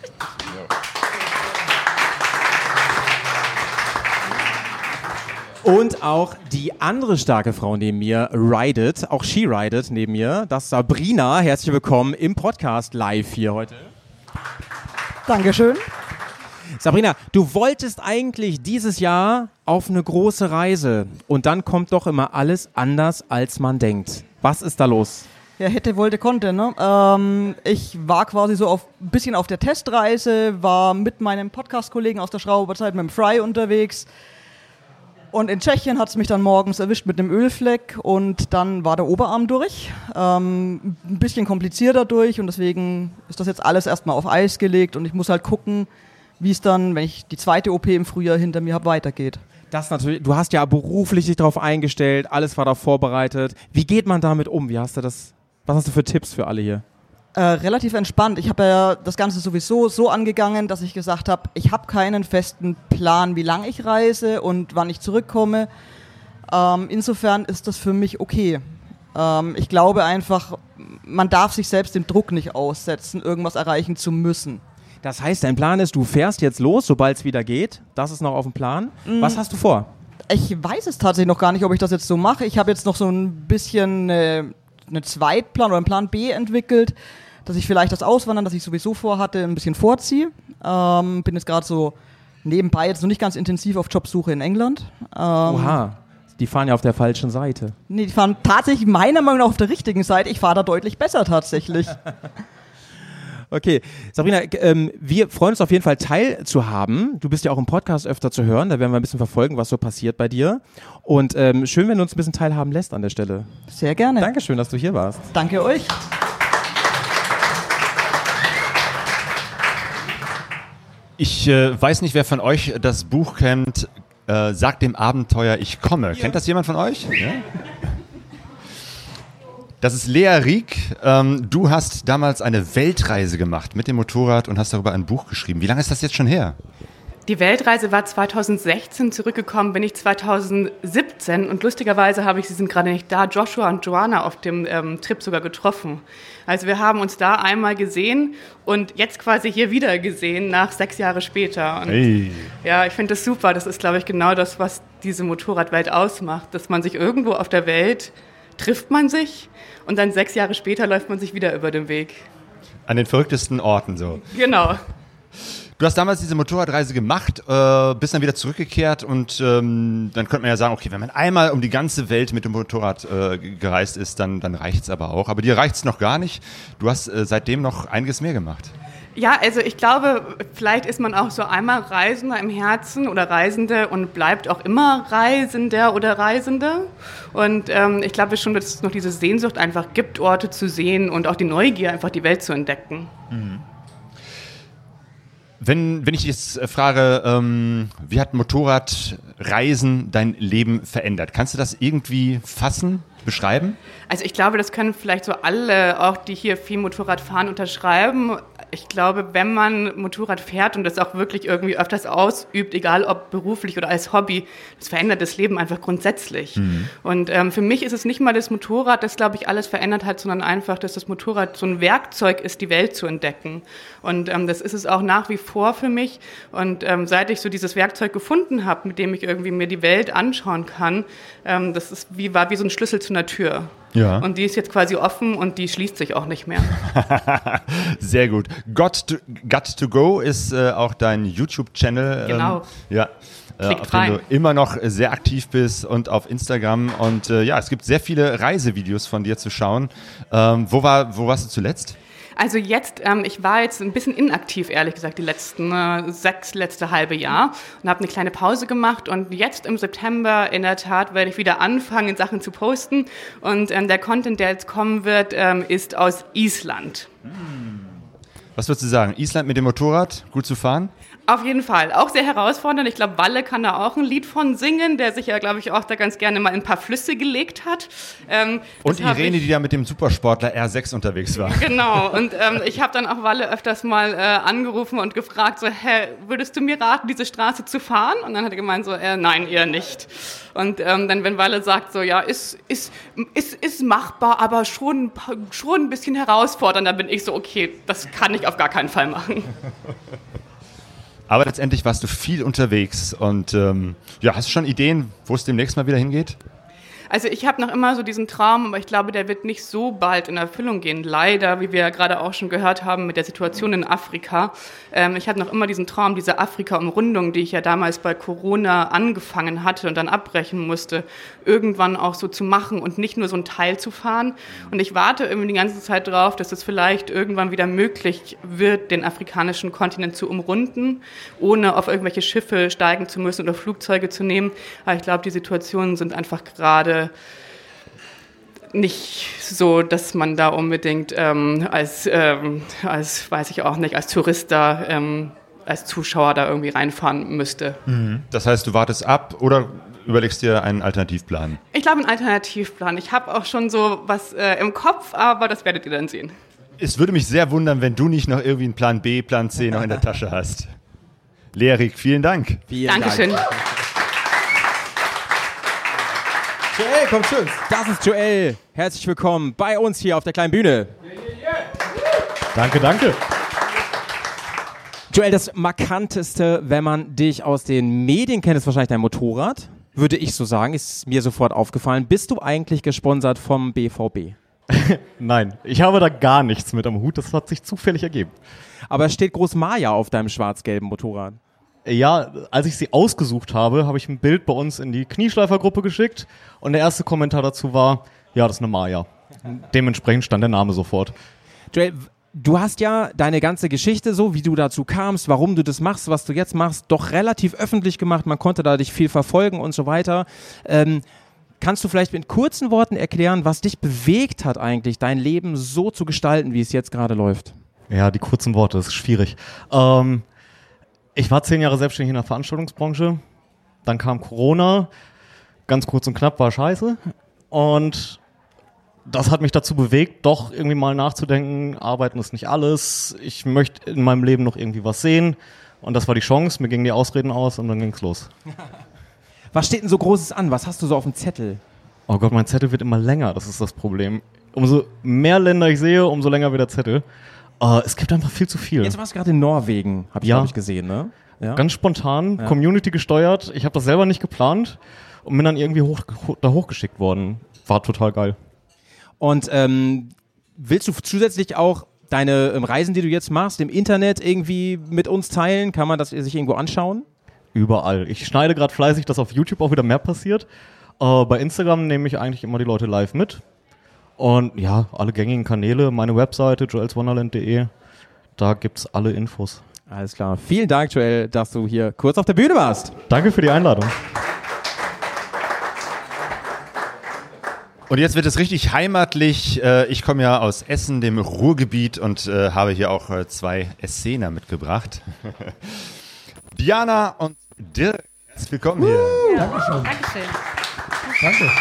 Und auch die andere starke Frau neben mir ridet, auch She ridet neben mir, das ist Sabrina. Herzlich willkommen im Podcast live hier heute. Dankeschön. Sabrina, du wolltest eigentlich dieses Jahr auf eine große Reise und dann kommt doch immer alles anders, als man denkt. Was ist da los? Ja, hätte, wollte, konnte. Ne? Ähm, ich war quasi so auf ein bisschen auf der Testreise, war mit meinem Podcast-Kollegen aus der Schrauberzeit mit dem Fry unterwegs. Und in Tschechien hat es mich dann morgens erwischt mit einem Ölfleck und dann war der Oberarm durch. Ähm, ein bisschen komplizierter durch und deswegen ist das jetzt alles erstmal auf Eis gelegt und ich muss halt gucken, wie es dann, wenn ich die zweite O P im Frühjahr hinter mir habe, weitergeht. Das natürlich, du hast ja beruflich dich darauf eingestellt, alles war da vorbereitet. Wie geht man damit um? Wie hast du das, was hast du für Tipps für alle hier? Äh, relativ entspannt. Ich habe ja das Ganze sowieso so angegangen, dass ich gesagt habe, ich habe keinen festen Plan, wie lange ich reise und wann ich zurückkomme. Ähm, insofern ist das für mich okay. Ähm, ich glaube einfach, man darf sich selbst den Druck nicht aussetzen, irgendwas erreichen zu müssen. Das heißt, dein Plan ist, du fährst jetzt los, sobald es wieder geht. Das ist noch auf dem Plan. Mm. Was hast du vor? Ich weiß es tatsächlich noch gar nicht, ob ich das jetzt so mache. Ich habe jetzt noch so ein bisschen äh, einen Zweitplan oder einen Plan B entwickelt, dass ich vielleicht das Auswandern, das ich sowieso vorhatte, ein bisschen vorziehe. Ähm, bin jetzt gerade so nebenbei jetzt noch nicht ganz intensiv auf Jobsuche in England. Ähm, Oha, die fahren ja auf der falschen Seite. Nee, die fahren tatsächlich meiner Meinung nach auf der richtigen Seite. Ich fahre da deutlich besser tatsächlich. Okay, Sabrina, ähm, wir freuen uns auf jeden Fall teilzuhaben. Du bist ja auch im Podcast öfter zu hören, da werden wir ein bisschen verfolgen, was so passiert bei dir. Und ähm, schön, wenn du uns ein bisschen teilhaben lässt an der Stelle. Sehr gerne. Dankeschön, dass du hier warst. Danke euch. Ich äh, weiß nicht, wer von euch das Buch kennt, äh, Sag dem Abenteuer, ich komme. Ja. Kennt das jemand von euch? Ja? Das ist Lea Rieck. Ähm, du hast damals eine Weltreise gemacht mit dem Motorrad und hast darüber ein Buch geschrieben. Wie lange ist das jetzt schon her? Die Weltreise war zweitausendsechzehn, zurückgekommen bin ich zweitausendsiebzehn und lustigerweise habe ich, sie sind gerade nicht da, Joshua und Joanna auf dem ähm, Trip sogar getroffen. Also wir haben uns da einmal gesehen und jetzt quasi hier wieder gesehen, nach sechs Jahre später. Und hey. Ja, ich finde das super. Das ist, glaube ich, genau das, was diese Motorradwelt ausmacht, dass man sich irgendwo auf der Welt trifft man sich und dann sechs Jahre später läuft man sich wieder über den Weg. An den verrücktesten Orten so. Genau. Du hast damals diese Motorradreise gemacht, äh, bist dann wieder zurückgekehrt und ähm, dann könnte man ja sagen, okay, wenn man einmal um die ganze Welt mit dem Motorrad äh, gereist ist, dann, dann reicht's aber auch. Aber dir reicht's noch gar nicht. Du hast äh, seitdem noch einiges mehr gemacht. Ja, also ich glaube, vielleicht ist man auch so einmal Reisender im Herzen oder Reisende und bleibt auch immer Reisender oder Reisende. Und ähm, ich glaube schon, dass es noch diese Sehnsucht einfach gibt, Orte zu sehen und auch die Neugier, einfach die Welt zu entdecken. Mhm. Wenn, wenn ich jetzt frage, ähm, wie hat Motorradreisen dein Leben verändert? Kannst du das irgendwie fassen, beschreiben? Also ich glaube, das können vielleicht so alle, auch die hier viel Motorrad fahren, unterschreiben. Ich glaube, wenn man Motorrad fährt und das auch wirklich irgendwie öfters ausübt, egal ob beruflich oder als Hobby, das verändert das Leben einfach grundsätzlich. Mhm. Und ähm, für mich ist es nicht mal das Motorrad, das, glaube ich, alles verändert hat, sondern einfach, dass das Motorrad so ein Werkzeug ist, die Welt zu entdecken. Und ähm, das ist es auch nach wie vor für mich. Und ähm, seit ich so dieses Werkzeug gefunden habe, mit dem ich irgendwie mir die Welt anschauen kann, ähm, das ist wie, war wie so ein Schlüssel zu einer Tür. Ja. Und die ist jetzt quasi offen und die schließt sich auch nicht mehr. Sehr gut. Got to, Got to Go ist äh, auch dein YouTube-Channel. Genau. Ähm, ja. Äh, auf dem du immer noch sehr aktiv bist und auf Instagram. Und äh, ja, es gibt sehr viele Reisevideos von dir zu schauen. Ähm, wo, war, wo warst du zuletzt? Also jetzt, ähm, ich war jetzt ein bisschen inaktiv, ehrlich gesagt, die letzten äh, sechs, letzte halbe Jahr und habe eine kleine Pause gemacht und jetzt im September in der Tat werde ich wieder anfangen, Sachen zu posten und ähm, der Content, der jetzt kommen wird, ähm, ist aus Island. Was würdest du sagen? Island mit dem Motorrad, gut zu fahren? Auf jeden Fall. Auch sehr herausfordernd. Ich glaube, Walle kann da auch ein Lied von singen, der sich ja, glaube ich, auch da ganz gerne mal in ein paar Flüsse gelegt hat. Ähm, und Irene, ich, die da mit dem Supersportler R sechs unterwegs war. Genau. Und ähm, ich habe dann auch Walle öfters mal äh, angerufen und gefragt, so, hä, würdest du mir raten, diese Straße zu fahren? Und dann hat er gemeint so, äh, nein, eher nicht. Und ähm, dann, wenn Walle sagt so, ja, ist, ist, ist, ist machbar, aber schon, schon ein bisschen herausfordernd, dann bin ich so, okay, das kann ich auf gar keinen Fall machen. Aber letztendlich warst du viel unterwegs und ähm, ja, hast du schon Ideen, wo es demnächst mal wieder hingeht? Also ich habe noch immer so diesen Traum, aber ich glaube, der wird nicht so bald in Erfüllung gehen. Leider, wie wir ja gerade auch schon gehört haben mit der Situation in Afrika. Ähm, ich habe noch immer diesen Traum, diese Afrika-Umrundung, die ich ja damals bei Corona angefangen hatte und dann abbrechen musste, irgendwann auch so zu machen und nicht nur so ein Teil zu fahren. Und ich warte irgendwie die ganze Zeit drauf, dass es vielleicht irgendwann wieder möglich wird, den afrikanischen Kontinent zu umrunden, ohne auf irgendwelche Schiffe steigen zu müssen oder Flugzeuge zu nehmen. Aber ich glaube, die Situationen sind einfach gerade nicht so, dass man da unbedingt ähm, als, ähm, als, weiß ich auch nicht, als Tourist da, ähm, als Zuschauer da irgendwie reinfahren müsste. Mhm. Das heißt, du wartest ab oder überlegst dir einen Alternativplan? Ich glaube, einen Alternativplan. Ich habe auch schon so was äh, im Kopf, aber das werdet ihr dann sehen. Es würde mich sehr wundern, wenn du nicht noch irgendwie einen Plan B, Plan C noch in der Tasche hast. Lerik, vielen Dank. Vielen Dankeschön. Dank. Joel, komm zu uns. Das ist Joel. Herzlich willkommen bei uns hier auf der kleinen Bühne. Danke, danke. Joel, das Markanteste, wenn man dich aus den Medien kennt, ist wahrscheinlich dein Motorrad. Würde ich so sagen, ist mir sofort aufgefallen. Bist du eigentlich gesponsert vom B V B? Nein, ich habe da gar nichts mit am Hut. Das hat sich zufällig ergeben. Aber es steht groß Maya auf deinem schwarz-gelben Motorrad. Ja, als ich sie ausgesucht habe, habe ich ein Bild bei uns in die Knieschleifer-Gruppe geschickt und der erste Kommentar dazu war, ja, das ist eine Maya. Dementsprechend stand der Name sofort. Joel, du hast ja deine ganze Geschichte so, wie du dazu kamst, warum du das machst, was du jetzt machst, doch relativ öffentlich gemacht. Man konnte da dich viel verfolgen und so weiter. Ähm, kannst du vielleicht mit kurzen Worten erklären, was dich bewegt hat eigentlich, dein Leben so zu gestalten, wie es jetzt gerade läuft? Ja, die kurzen Worte, das ist schwierig. Ähm, Ich war zehn Jahre selbstständig in der Veranstaltungsbranche, dann kam Corona, ganz kurz und knapp war scheiße und das hat mich dazu bewegt, doch irgendwie mal nachzudenken, arbeiten ist nicht alles, ich möchte in meinem Leben noch irgendwie was sehen und das war die Chance, mir gingen die Ausreden aus und dann ging's los. Was steht denn so Großes an? Was hast du so auf dem Zettel? Oh Gott, mein Zettel wird immer länger, das ist das Problem. Umso mehr Länder ich sehe, umso länger wird der Zettel. Uh, es gibt einfach viel zu viel. Jetzt warst du gerade in Norwegen, habe ich, ja. glaube ich, gesehen, ne? Ja. Ganz spontan, ja. Community gesteuert. Ich habe das selber nicht geplant und bin dann irgendwie hoch, hoch, da hochgeschickt worden. War total geil. Und ähm, willst du zusätzlich auch deine ähm, Reisen, die du jetzt machst, im Internet irgendwie mit uns teilen? Kann man das sich irgendwo anschauen? Überall. Ich schneide gerade fleißig, dass auf YouTube auch wieder mehr passiert. Uh, bei Instagram nehme ich eigentlich immer die Leute live mit. Und ja, alle gängigen Kanäle, meine Webseite joels wonderland punkt de, da gibt's alle Infos. Alles klar. Vielen Dank, Joel, dass du hier kurz auf der Bühne warst. Danke für die Einladung. Und jetzt wird es richtig heimatlich. Ich komme ja aus Essen, dem Ruhrgebiet, und habe hier auch zwei Essener mitgebracht. Diana und Dirk, herzlich willkommen hier. Ja. Dankeschön. Dankeschön. Danke.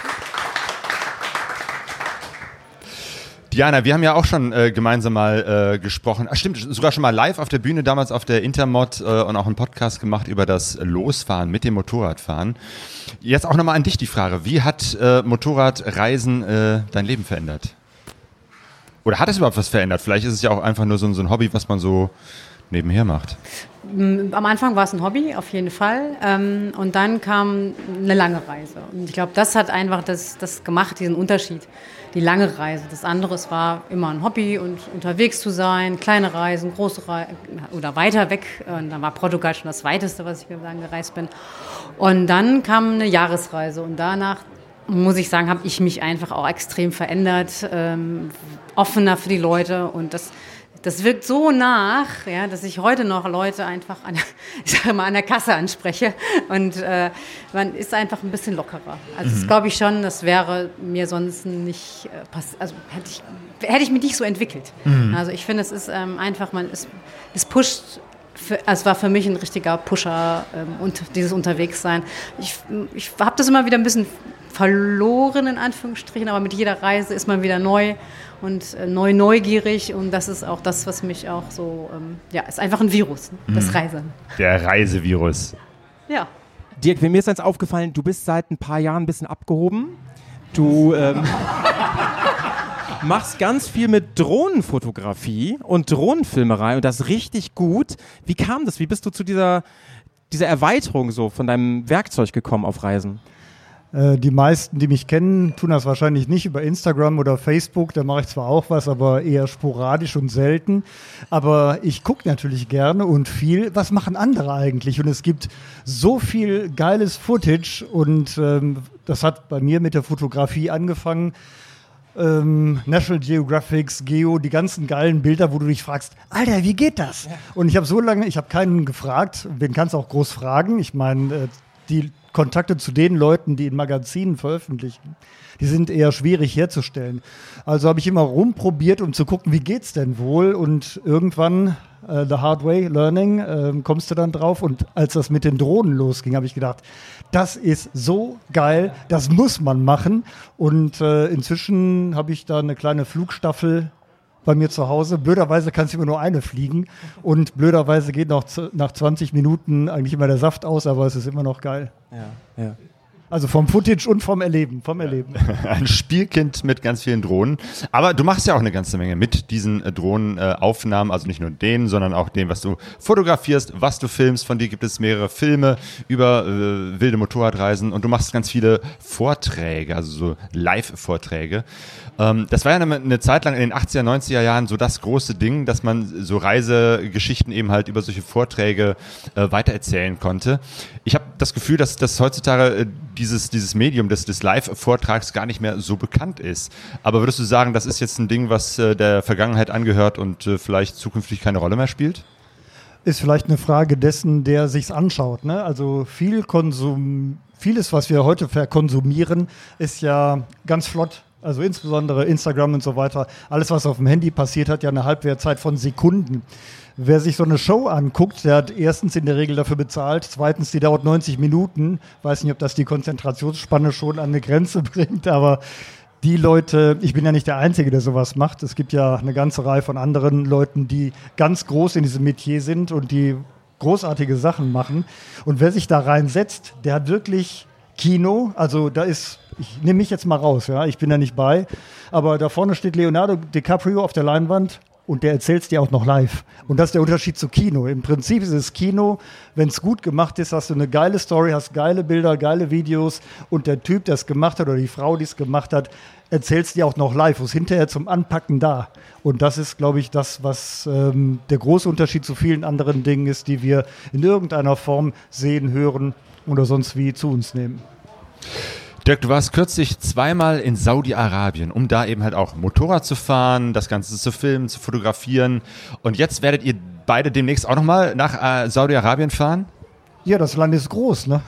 Diana, wir haben ja auch schon äh, gemeinsam mal äh, gesprochen, ach stimmt, sogar schon mal live auf der Bühne, damals auf der Intermod äh, und auch einen Podcast gemacht über das Losfahren mit dem Motorradfahren. Jetzt auch nochmal an dich die Frage, wie hat äh, Motorradreisen äh, dein Leben verändert? Oder hat es überhaupt was verändert? Vielleicht ist es ja auch einfach nur so, so ein Hobby, was man so nebenher macht. Am Anfang war es ein Hobby, auf jeden Fall. Ähm, und dann kam eine lange Reise. Und ich glaube, das hat einfach das, das gemacht, diesen Unterschied. Die lange Reise. Das andere, es war immer ein Hobby und unterwegs zu sein, kleine Reisen, große Reisen oder weiter weg. Und dann war Portugal schon das weiteste, was ich angereist bin. Und dann kam eine Jahresreise und danach, muss ich sagen, habe ich mich einfach auch extrem verändert, ähm, offener für die Leute und das Das wirkt so nach, ja, dass ich heute noch Leute einfach an, ich sage mal, an der Kasse anspreche und äh, man ist einfach ein bisschen lockerer. Also das Mhm. glaube ich schon, das wäre mir sonst nicht äh, passiert, also hätte ich, hätte ich mich nicht so entwickelt. Mhm. Also ich finde, es ist ähm, einfach, man ist, es pusht, für, also es war für mich ein richtiger Pusher ähm, und dieses Unterwegssein. Ich, ich habe das immer wieder ein bisschen verloren, in Anführungsstrichen, aber mit jeder Reise ist man wieder neu und äh, neu neugierig und das ist auch das, was mich auch so, ähm, ja, ist einfach ein Virus, ne? Das Mhm. Reisen. Der Reisevirus. Ja. Dirk, mir ist eins aufgefallen, du bist seit ein paar Jahren ein bisschen abgehoben. Du ähm, machst ganz viel mit Drohnenfotografie und Drohnenfilmerei und das richtig gut. Wie kam das? Wie bist du zu dieser, dieser Erweiterung so von deinem Werkzeug gekommen auf Reisen? Äh, die meisten, die mich kennen, tun das wahrscheinlich nicht über Instagram oder Facebook. Da mache ich zwar auch was, aber eher sporadisch und selten. Aber ich gucke natürlich gerne und viel. Was machen andere eigentlich? Und es gibt so viel geiles Footage. Und ähm, das hat bei mir mit der Fotografie angefangen. Ähm, National Geographic, Geo, die ganzen geilen Bilder, wo du dich fragst, Alter, wie geht das? Ja. Und ich habe so lange, ich habe keinen gefragt. Wen kannst du auch groß fragen? Ich meine, äh, die Kontakte zu den Leuten, die in Magazinen veröffentlichen, die sind eher schwierig herzustellen. Also habe ich immer rumprobiert, um zu gucken, wie geht's denn wohl? Und irgendwann, äh, the hard way, learning, äh, kommst du dann drauf. Und als das mit den Drohnen losging, habe ich gedacht, das ist so geil, das muss man machen. Und äh, inzwischen habe ich da eine kleine Flugstaffel bei mir zu Hause. Blöderweise kannst du immer nur eine fliegen und blöderweise geht noch z- nach zwanzig Minuten eigentlich immer der Saft aus, aber es ist immer noch geil. Ja, ja. Also vom Footage und vom Erleben, vom Erleben. Ein Spielkind mit ganz vielen Drohnen. Aber du machst ja auch eine ganze Menge mit diesen äh, Drohnenaufnahmen, äh, also nicht nur denen, sondern auch dem, was du fotografierst, was du filmst. Von dir gibt es mehrere Filme über äh, wilde Motorradreisen und du machst ganz viele Vorträge, also so Live-Vorträge. Ähm, das war ja eine, eine Zeit lang in den achtziger, neunziger Jahren so das große Ding, dass man so Reisegeschichten eben halt über solche Vorträge äh, weitererzählen konnte. Ich habe das Gefühl, dass das heutzutage äh, dieses, dieses Medium des, des Live-Vortrags gar nicht mehr so bekannt ist. Aber würdest du sagen, das ist jetzt ein Ding, was äh, der Vergangenheit angehört und äh, vielleicht zukünftig keine Rolle mehr spielt? Ist vielleicht eine Frage dessen, der sich's anschaut. Ne? Also viel Konsum, vieles, was wir heute verkonsumieren, ist ja ganz flott. Also insbesondere Instagram und so weiter. Alles, was auf dem Handy passiert, hat ja eine Halbwertzeit von Sekunden. Wer sich so eine Show anguckt, der hat erstens in der Regel dafür bezahlt, zweitens, die dauert neunzig Minuten. Weiß nicht, ob das die Konzentrationsspanne schon an eine Grenze bringt, aber die Leute, ich bin ja nicht der Einzige, der sowas macht. Es gibt ja eine ganze Reihe von anderen Leuten, die ganz groß in diesem Metier sind und die großartige Sachen machen. Und wer sich da reinsetzt, der hat wirklich Kino, also da ist, ich nehme mich jetzt mal raus, ja, ich bin da nicht bei, aber da vorne steht Leonardo DiCaprio auf der Leinwand und der erzählt es dir auch noch live. Und das ist der Unterschied zu Kino. Im Prinzip ist es Kino, wenn es gut gemacht ist, hast du eine geile Story, hast geile Bilder, geile Videos und der Typ, der es gemacht hat oder die Frau, die es gemacht hat, erzählt es dir auch noch live, wo es hinterher zum Anpacken da. Und das ist, glaube ich, das, was ähm, der große Unterschied zu vielen anderen Dingen ist, die wir in irgendeiner Form sehen, hören oder sonst wie zu uns nehmen. Dirk, du warst kürzlich zweimal in Saudi-Arabien, um da eben halt auch Motorrad zu fahren, das Ganze zu filmen, zu fotografieren. Und jetzt werdet ihr beide demnächst auch nochmal nach äh, Saudi-Arabien fahren? Ja, das Land ist groß, ne?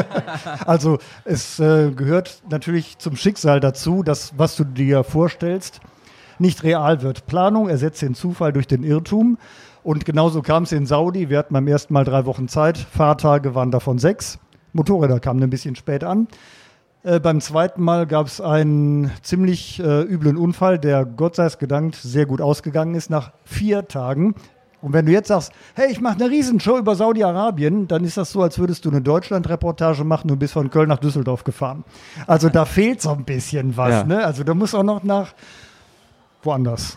Also es äh, gehört natürlich zum Schicksal dazu, dass was du dir vorstellst, nicht real wird. Planung ersetzt den Zufall durch den Irrtum. Und genauso kam es in Saudi. Wir hatten beim ersten Mal drei Wochen Zeit. Fahrtage waren davon sechs. Motorräder kamen ein bisschen spät an. Äh, beim zweiten Mal gab es einen ziemlich äh, üblen Unfall, der Gott sei Dank sehr gut ausgegangen ist, nach vier Tagen. Und wenn du jetzt sagst, hey, ich mache eine Riesenshow über Saudi-Arabien, dann ist das so, als würdest du eine Deutschland-Reportage machen und bist von Köln nach Düsseldorf gefahren. Also da fehlt so ein bisschen was. Ja. Ne? Also da muss auch noch nach woanders.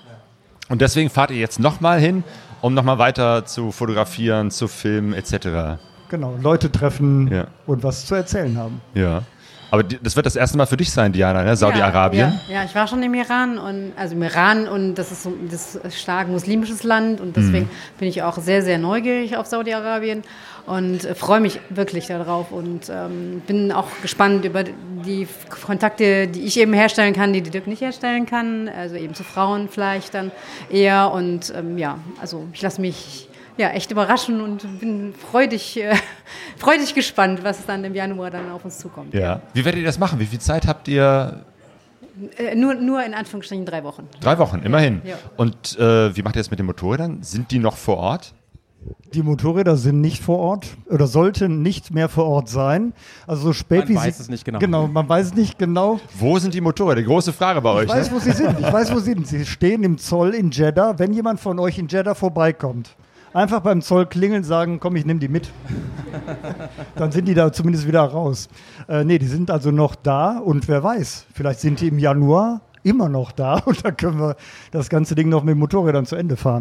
Und deswegen fahrt ihr jetzt nochmal hin, um nochmal weiter zu fotografieren, zu filmen et cetera. Genau, Leute treffen ja. und was zu erzählen haben. Ja. Aber das wird das erste Mal für dich sein, Diana, ne? Saudi-Arabien. Ja, ja, ich war schon im Iran und also im Iran und das ist so das ist stark muslimisches Land und deswegen mhm. bin ich auch sehr, sehr neugierig auf Saudi-Arabien und äh, freue mich wirklich darauf und ähm, bin auch gespannt über die Kontakte, die ich eben herstellen kann, die die Dirk nicht herstellen kann, also eben zu Frauen vielleicht dann eher und ähm, ja, also ich lasse mich ja, echt überraschen und bin freudig, äh, freudig gespannt, was dann im Januar dann auf uns zukommt. Ja. Wie werdet ihr das machen? Wie viel Zeit habt ihr? Äh, nur, nur in Anführungsstrichen drei Wochen. Drei Wochen, immerhin. Ja. Und äh, wie macht ihr das mit den Motorrädern? Sind die noch vor Ort? Die Motorräder sind nicht vor Ort oder sollten nicht mehr vor Ort sein. Also so spät man wie weiß sie, es nicht genau. Genau, man weiß es nicht genau. Wo sind die Motorräder? Große Frage bei euch. Ich weiß, ne? wo sie sind. Ich weiß, wo sie sind. Sie stehen im Zoll in Jeddah. Wenn jemand von euch in Jeddah vorbeikommt, einfach beim Zoll klingeln, sagen, komm, ich nehme die mit. Dann sind die da zumindest wieder raus. Äh, nee, die sind also noch da und wer weiß, vielleicht sind die im Januar immer noch da und dann können wir das ganze Ding noch mit Motorrädern zu Ende fahren.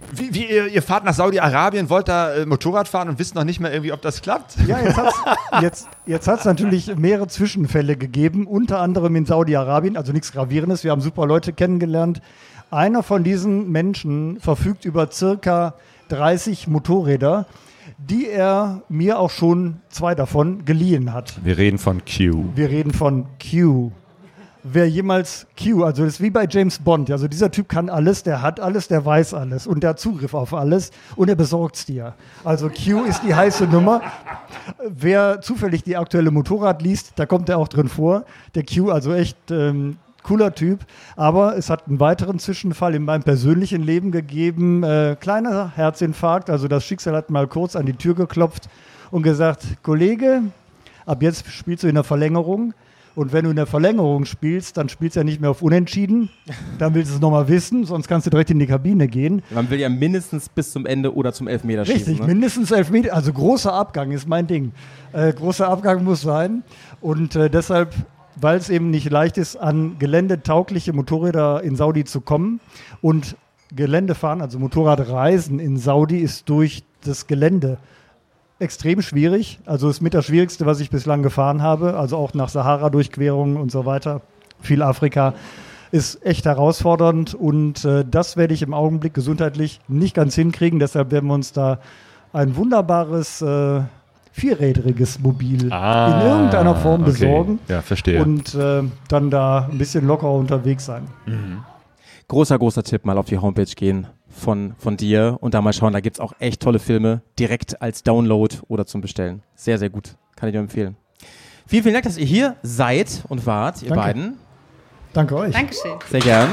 Wie, wie ihr, ihr fahrt nach Saudi-Arabien, wollt da äh, Motorrad fahren und wisst noch nicht mehr irgendwie, ob das klappt? Ja, jetzt hat's, jetzt, jetzt hat's natürlich mehrere Zwischenfälle gegeben, unter anderem in Saudi-Arabien, also nichts Gravierendes, wir haben super Leute kennengelernt. Einer von diesen Menschen verfügt über circa dreißig Motorräder, die er mir auch schon zwei davon geliehen hat. Wir reden von Q. Wir reden von Q. Wer jemals Q, also das ist wie bei James Bond, also dieser Typ kann alles, der hat alles, der weiß alles und der hat Zugriff auf alles und er besorgt es dir. Also Q ist die heiße Nummer. Wer zufällig die aktuelle Motorrad liest, da kommt er auch drin vor. Der Q, also echt ähm, cooler Typ, aber es hat einen weiteren Zwischenfall in meinem persönlichen Leben gegeben. Äh, kleiner Herzinfarkt, also das Schicksal hat mal kurz an die Tür geklopft und gesagt, Kollege, ab jetzt spielst du in der Verlängerung. Und wenn du in der Verlängerung spielst, dann spielst du ja nicht mehr auf Unentschieden. Dann willst du es nochmal wissen, sonst kannst du direkt in die Kabine gehen. Man will ja mindestens bis zum Ende oder zum Elfmeter schießen. Richtig, ne? mindestens Elfmeter. Also großer Abgang ist mein Ding. Äh, großer Abgang muss sein. Und äh, deshalb, weil es eben nicht leicht ist, an geländetaugliche Motorräder in Saudi zu kommen. Und Geländefahren, also Motorradreisen in Saudi, ist durch das Gelände extrem schwierig, also ist mit das Schwierigste, was ich bislang gefahren habe, also auch nach Sahara-Durchquerungen und so weiter, viel Afrika, ist echt herausfordernd und äh, das werde ich im Augenblick gesundheitlich nicht ganz hinkriegen, deshalb werden wir uns da ein wunderbares äh, vierrädriges Mobil ah, in irgendeiner Form okay. besorgen ja, verstehe. und äh, dann da ein bisschen lockerer unterwegs sein. Mhm. Großer, großer Tipp, mal auf die Homepage gehen von, von dir und da mal schauen, da gibt es auch echt tolle Filme, direkt als Download oder zum Bestellen. Sehr, sehr gut, kann ich dir empfehlen. Vielen, vielen Dank, dass ihr hier seid und wart, ihr Danke. beiden. Danke euch. Dankeschön. Sehr gern.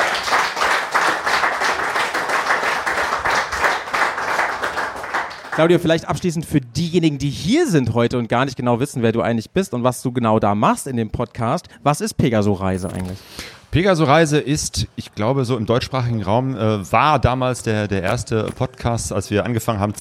Claudio, vielleicht abschließend für diejenigen, die hier sind heute und gar nicht genau wissen, wer du eigentlich bist und was du genau da machst in dem Podcast. Was ist Pegaso-Reise eigentlich? Pegaso-Reise ist, ich glaube, so im deutschsprachigen Raum, äh, war damals der, der erste Podcast, als wir angefangen haben,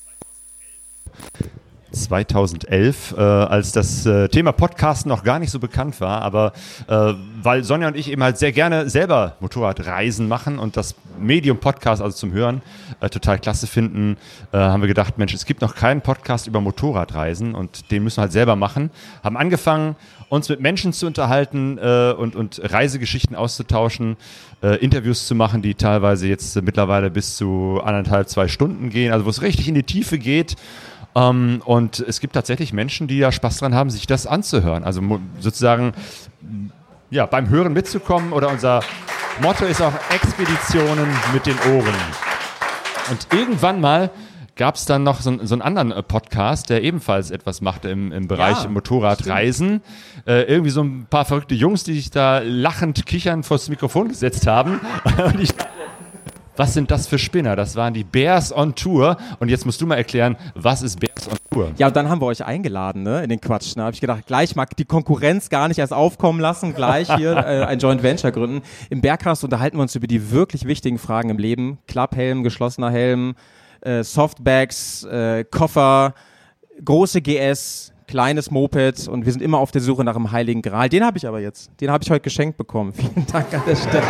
zweitausendelf, äh, als das äh, Thema Podcast noch gar nicht so bekannt war, aber äh, weil Sonja und ich eben halt sehr gerne selber Motorradreisen machen und das Medium Podcast, also zum Hören, äh, total klasse finden, äh, haben wir gedacht, Mensch, es gibt noch keinen Podcast über Motorradreisen und den müssen wir halt selber machen. Haben angefangen, uns mit Menschen zu unterhalten äh, und, und Reisegeschichten auszutauschen, äh, Interviews zu machen, die teilweise jetzt äh, mittlerweile bis zu anderthalb, zwei Stunden gehen, also wo es richtig in die Tiefe geht. Um, und es gibt tatsächlich Menschen, die da Spaß dran haben, sich das anzuhören. Also mo- sozusagen ja, beim Hören mitzukommen. Oder unser Motto ist auch Expeditionen mit den Ohren. Und irgendwann mal gab es dann noch so, so einen anderen äh, Podcast, der ebenfalls etwas machte im, im Bereich Ja, Motorradreisen. Äh, irgendwie so ein paar verrückte Jungs, die sich da lachend, kichernd vors Mikrofon gesetzt haben. Und ich was sind das für Spinner? Das waren die Bears on Tour. Und jetzt musst du mal erklären, was ist Bears on Tour? Ja, und dann haben wir euch eingeladen, ne, in den Quatsch. Da habe ich gedacht, gleich mag die Konkurrenz gar nicht erst aufkommen lassen, gleich hier äh, ein Joint Venture gründen. Im Bergcast unterhalten wir uns über die wirklich wichtigen Fragen im Leben. Klapphelm, geschlossener Helm, äh, Softbags, äh, Koffer, große G S, kleines Moped und wir sind immer auf der Suche nach dem Heiligen Gral. Den habe ich aber jetzt. Den habe ich heute geschenkt bekommen. Vielen Dank an der Stelle.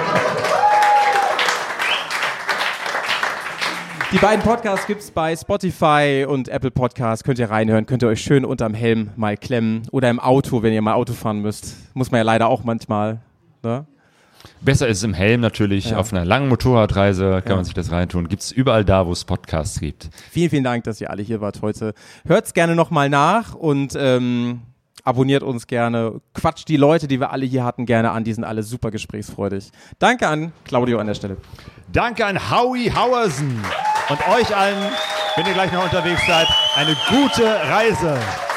Die beiden Podcasts gibt es bei Spotify und Apple Podcasts. Könnt ihr reinhören, könnt ihr euch schön unterm Helm mal klemmen. Oder im Auto, wenn ihr mal Auto fahren müsst. Muss man ja leider auch manchmal. Ne? Besser ist es im Helm natürlich. Ja. Auf einer langen Motorradreise kann Ja. man sich das reintun. Gibt es überall da, wo es Podcasts gibt. Vielen, vielen Dank, dass ihr alle hier wart heute. Hört's gerne nochmal nach und ähm, abonniert uns gerne. Quatscht die Leute, die wir alle hier hatten, gerne an. Die sind alle super gesprächsfreudig. Danke an Claudio an der Stelle. Danke an Howie Hauersen und euch allen, wenn ihr gleich noch unterwegs seid, eine gute Reise.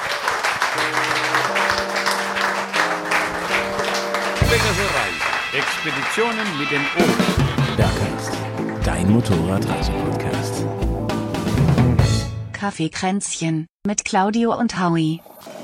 Expeditionen mit den Ohren. Bergcast, dein Motorradreise-Podcast. Kaffeekränzchen mit Claudio und Howie.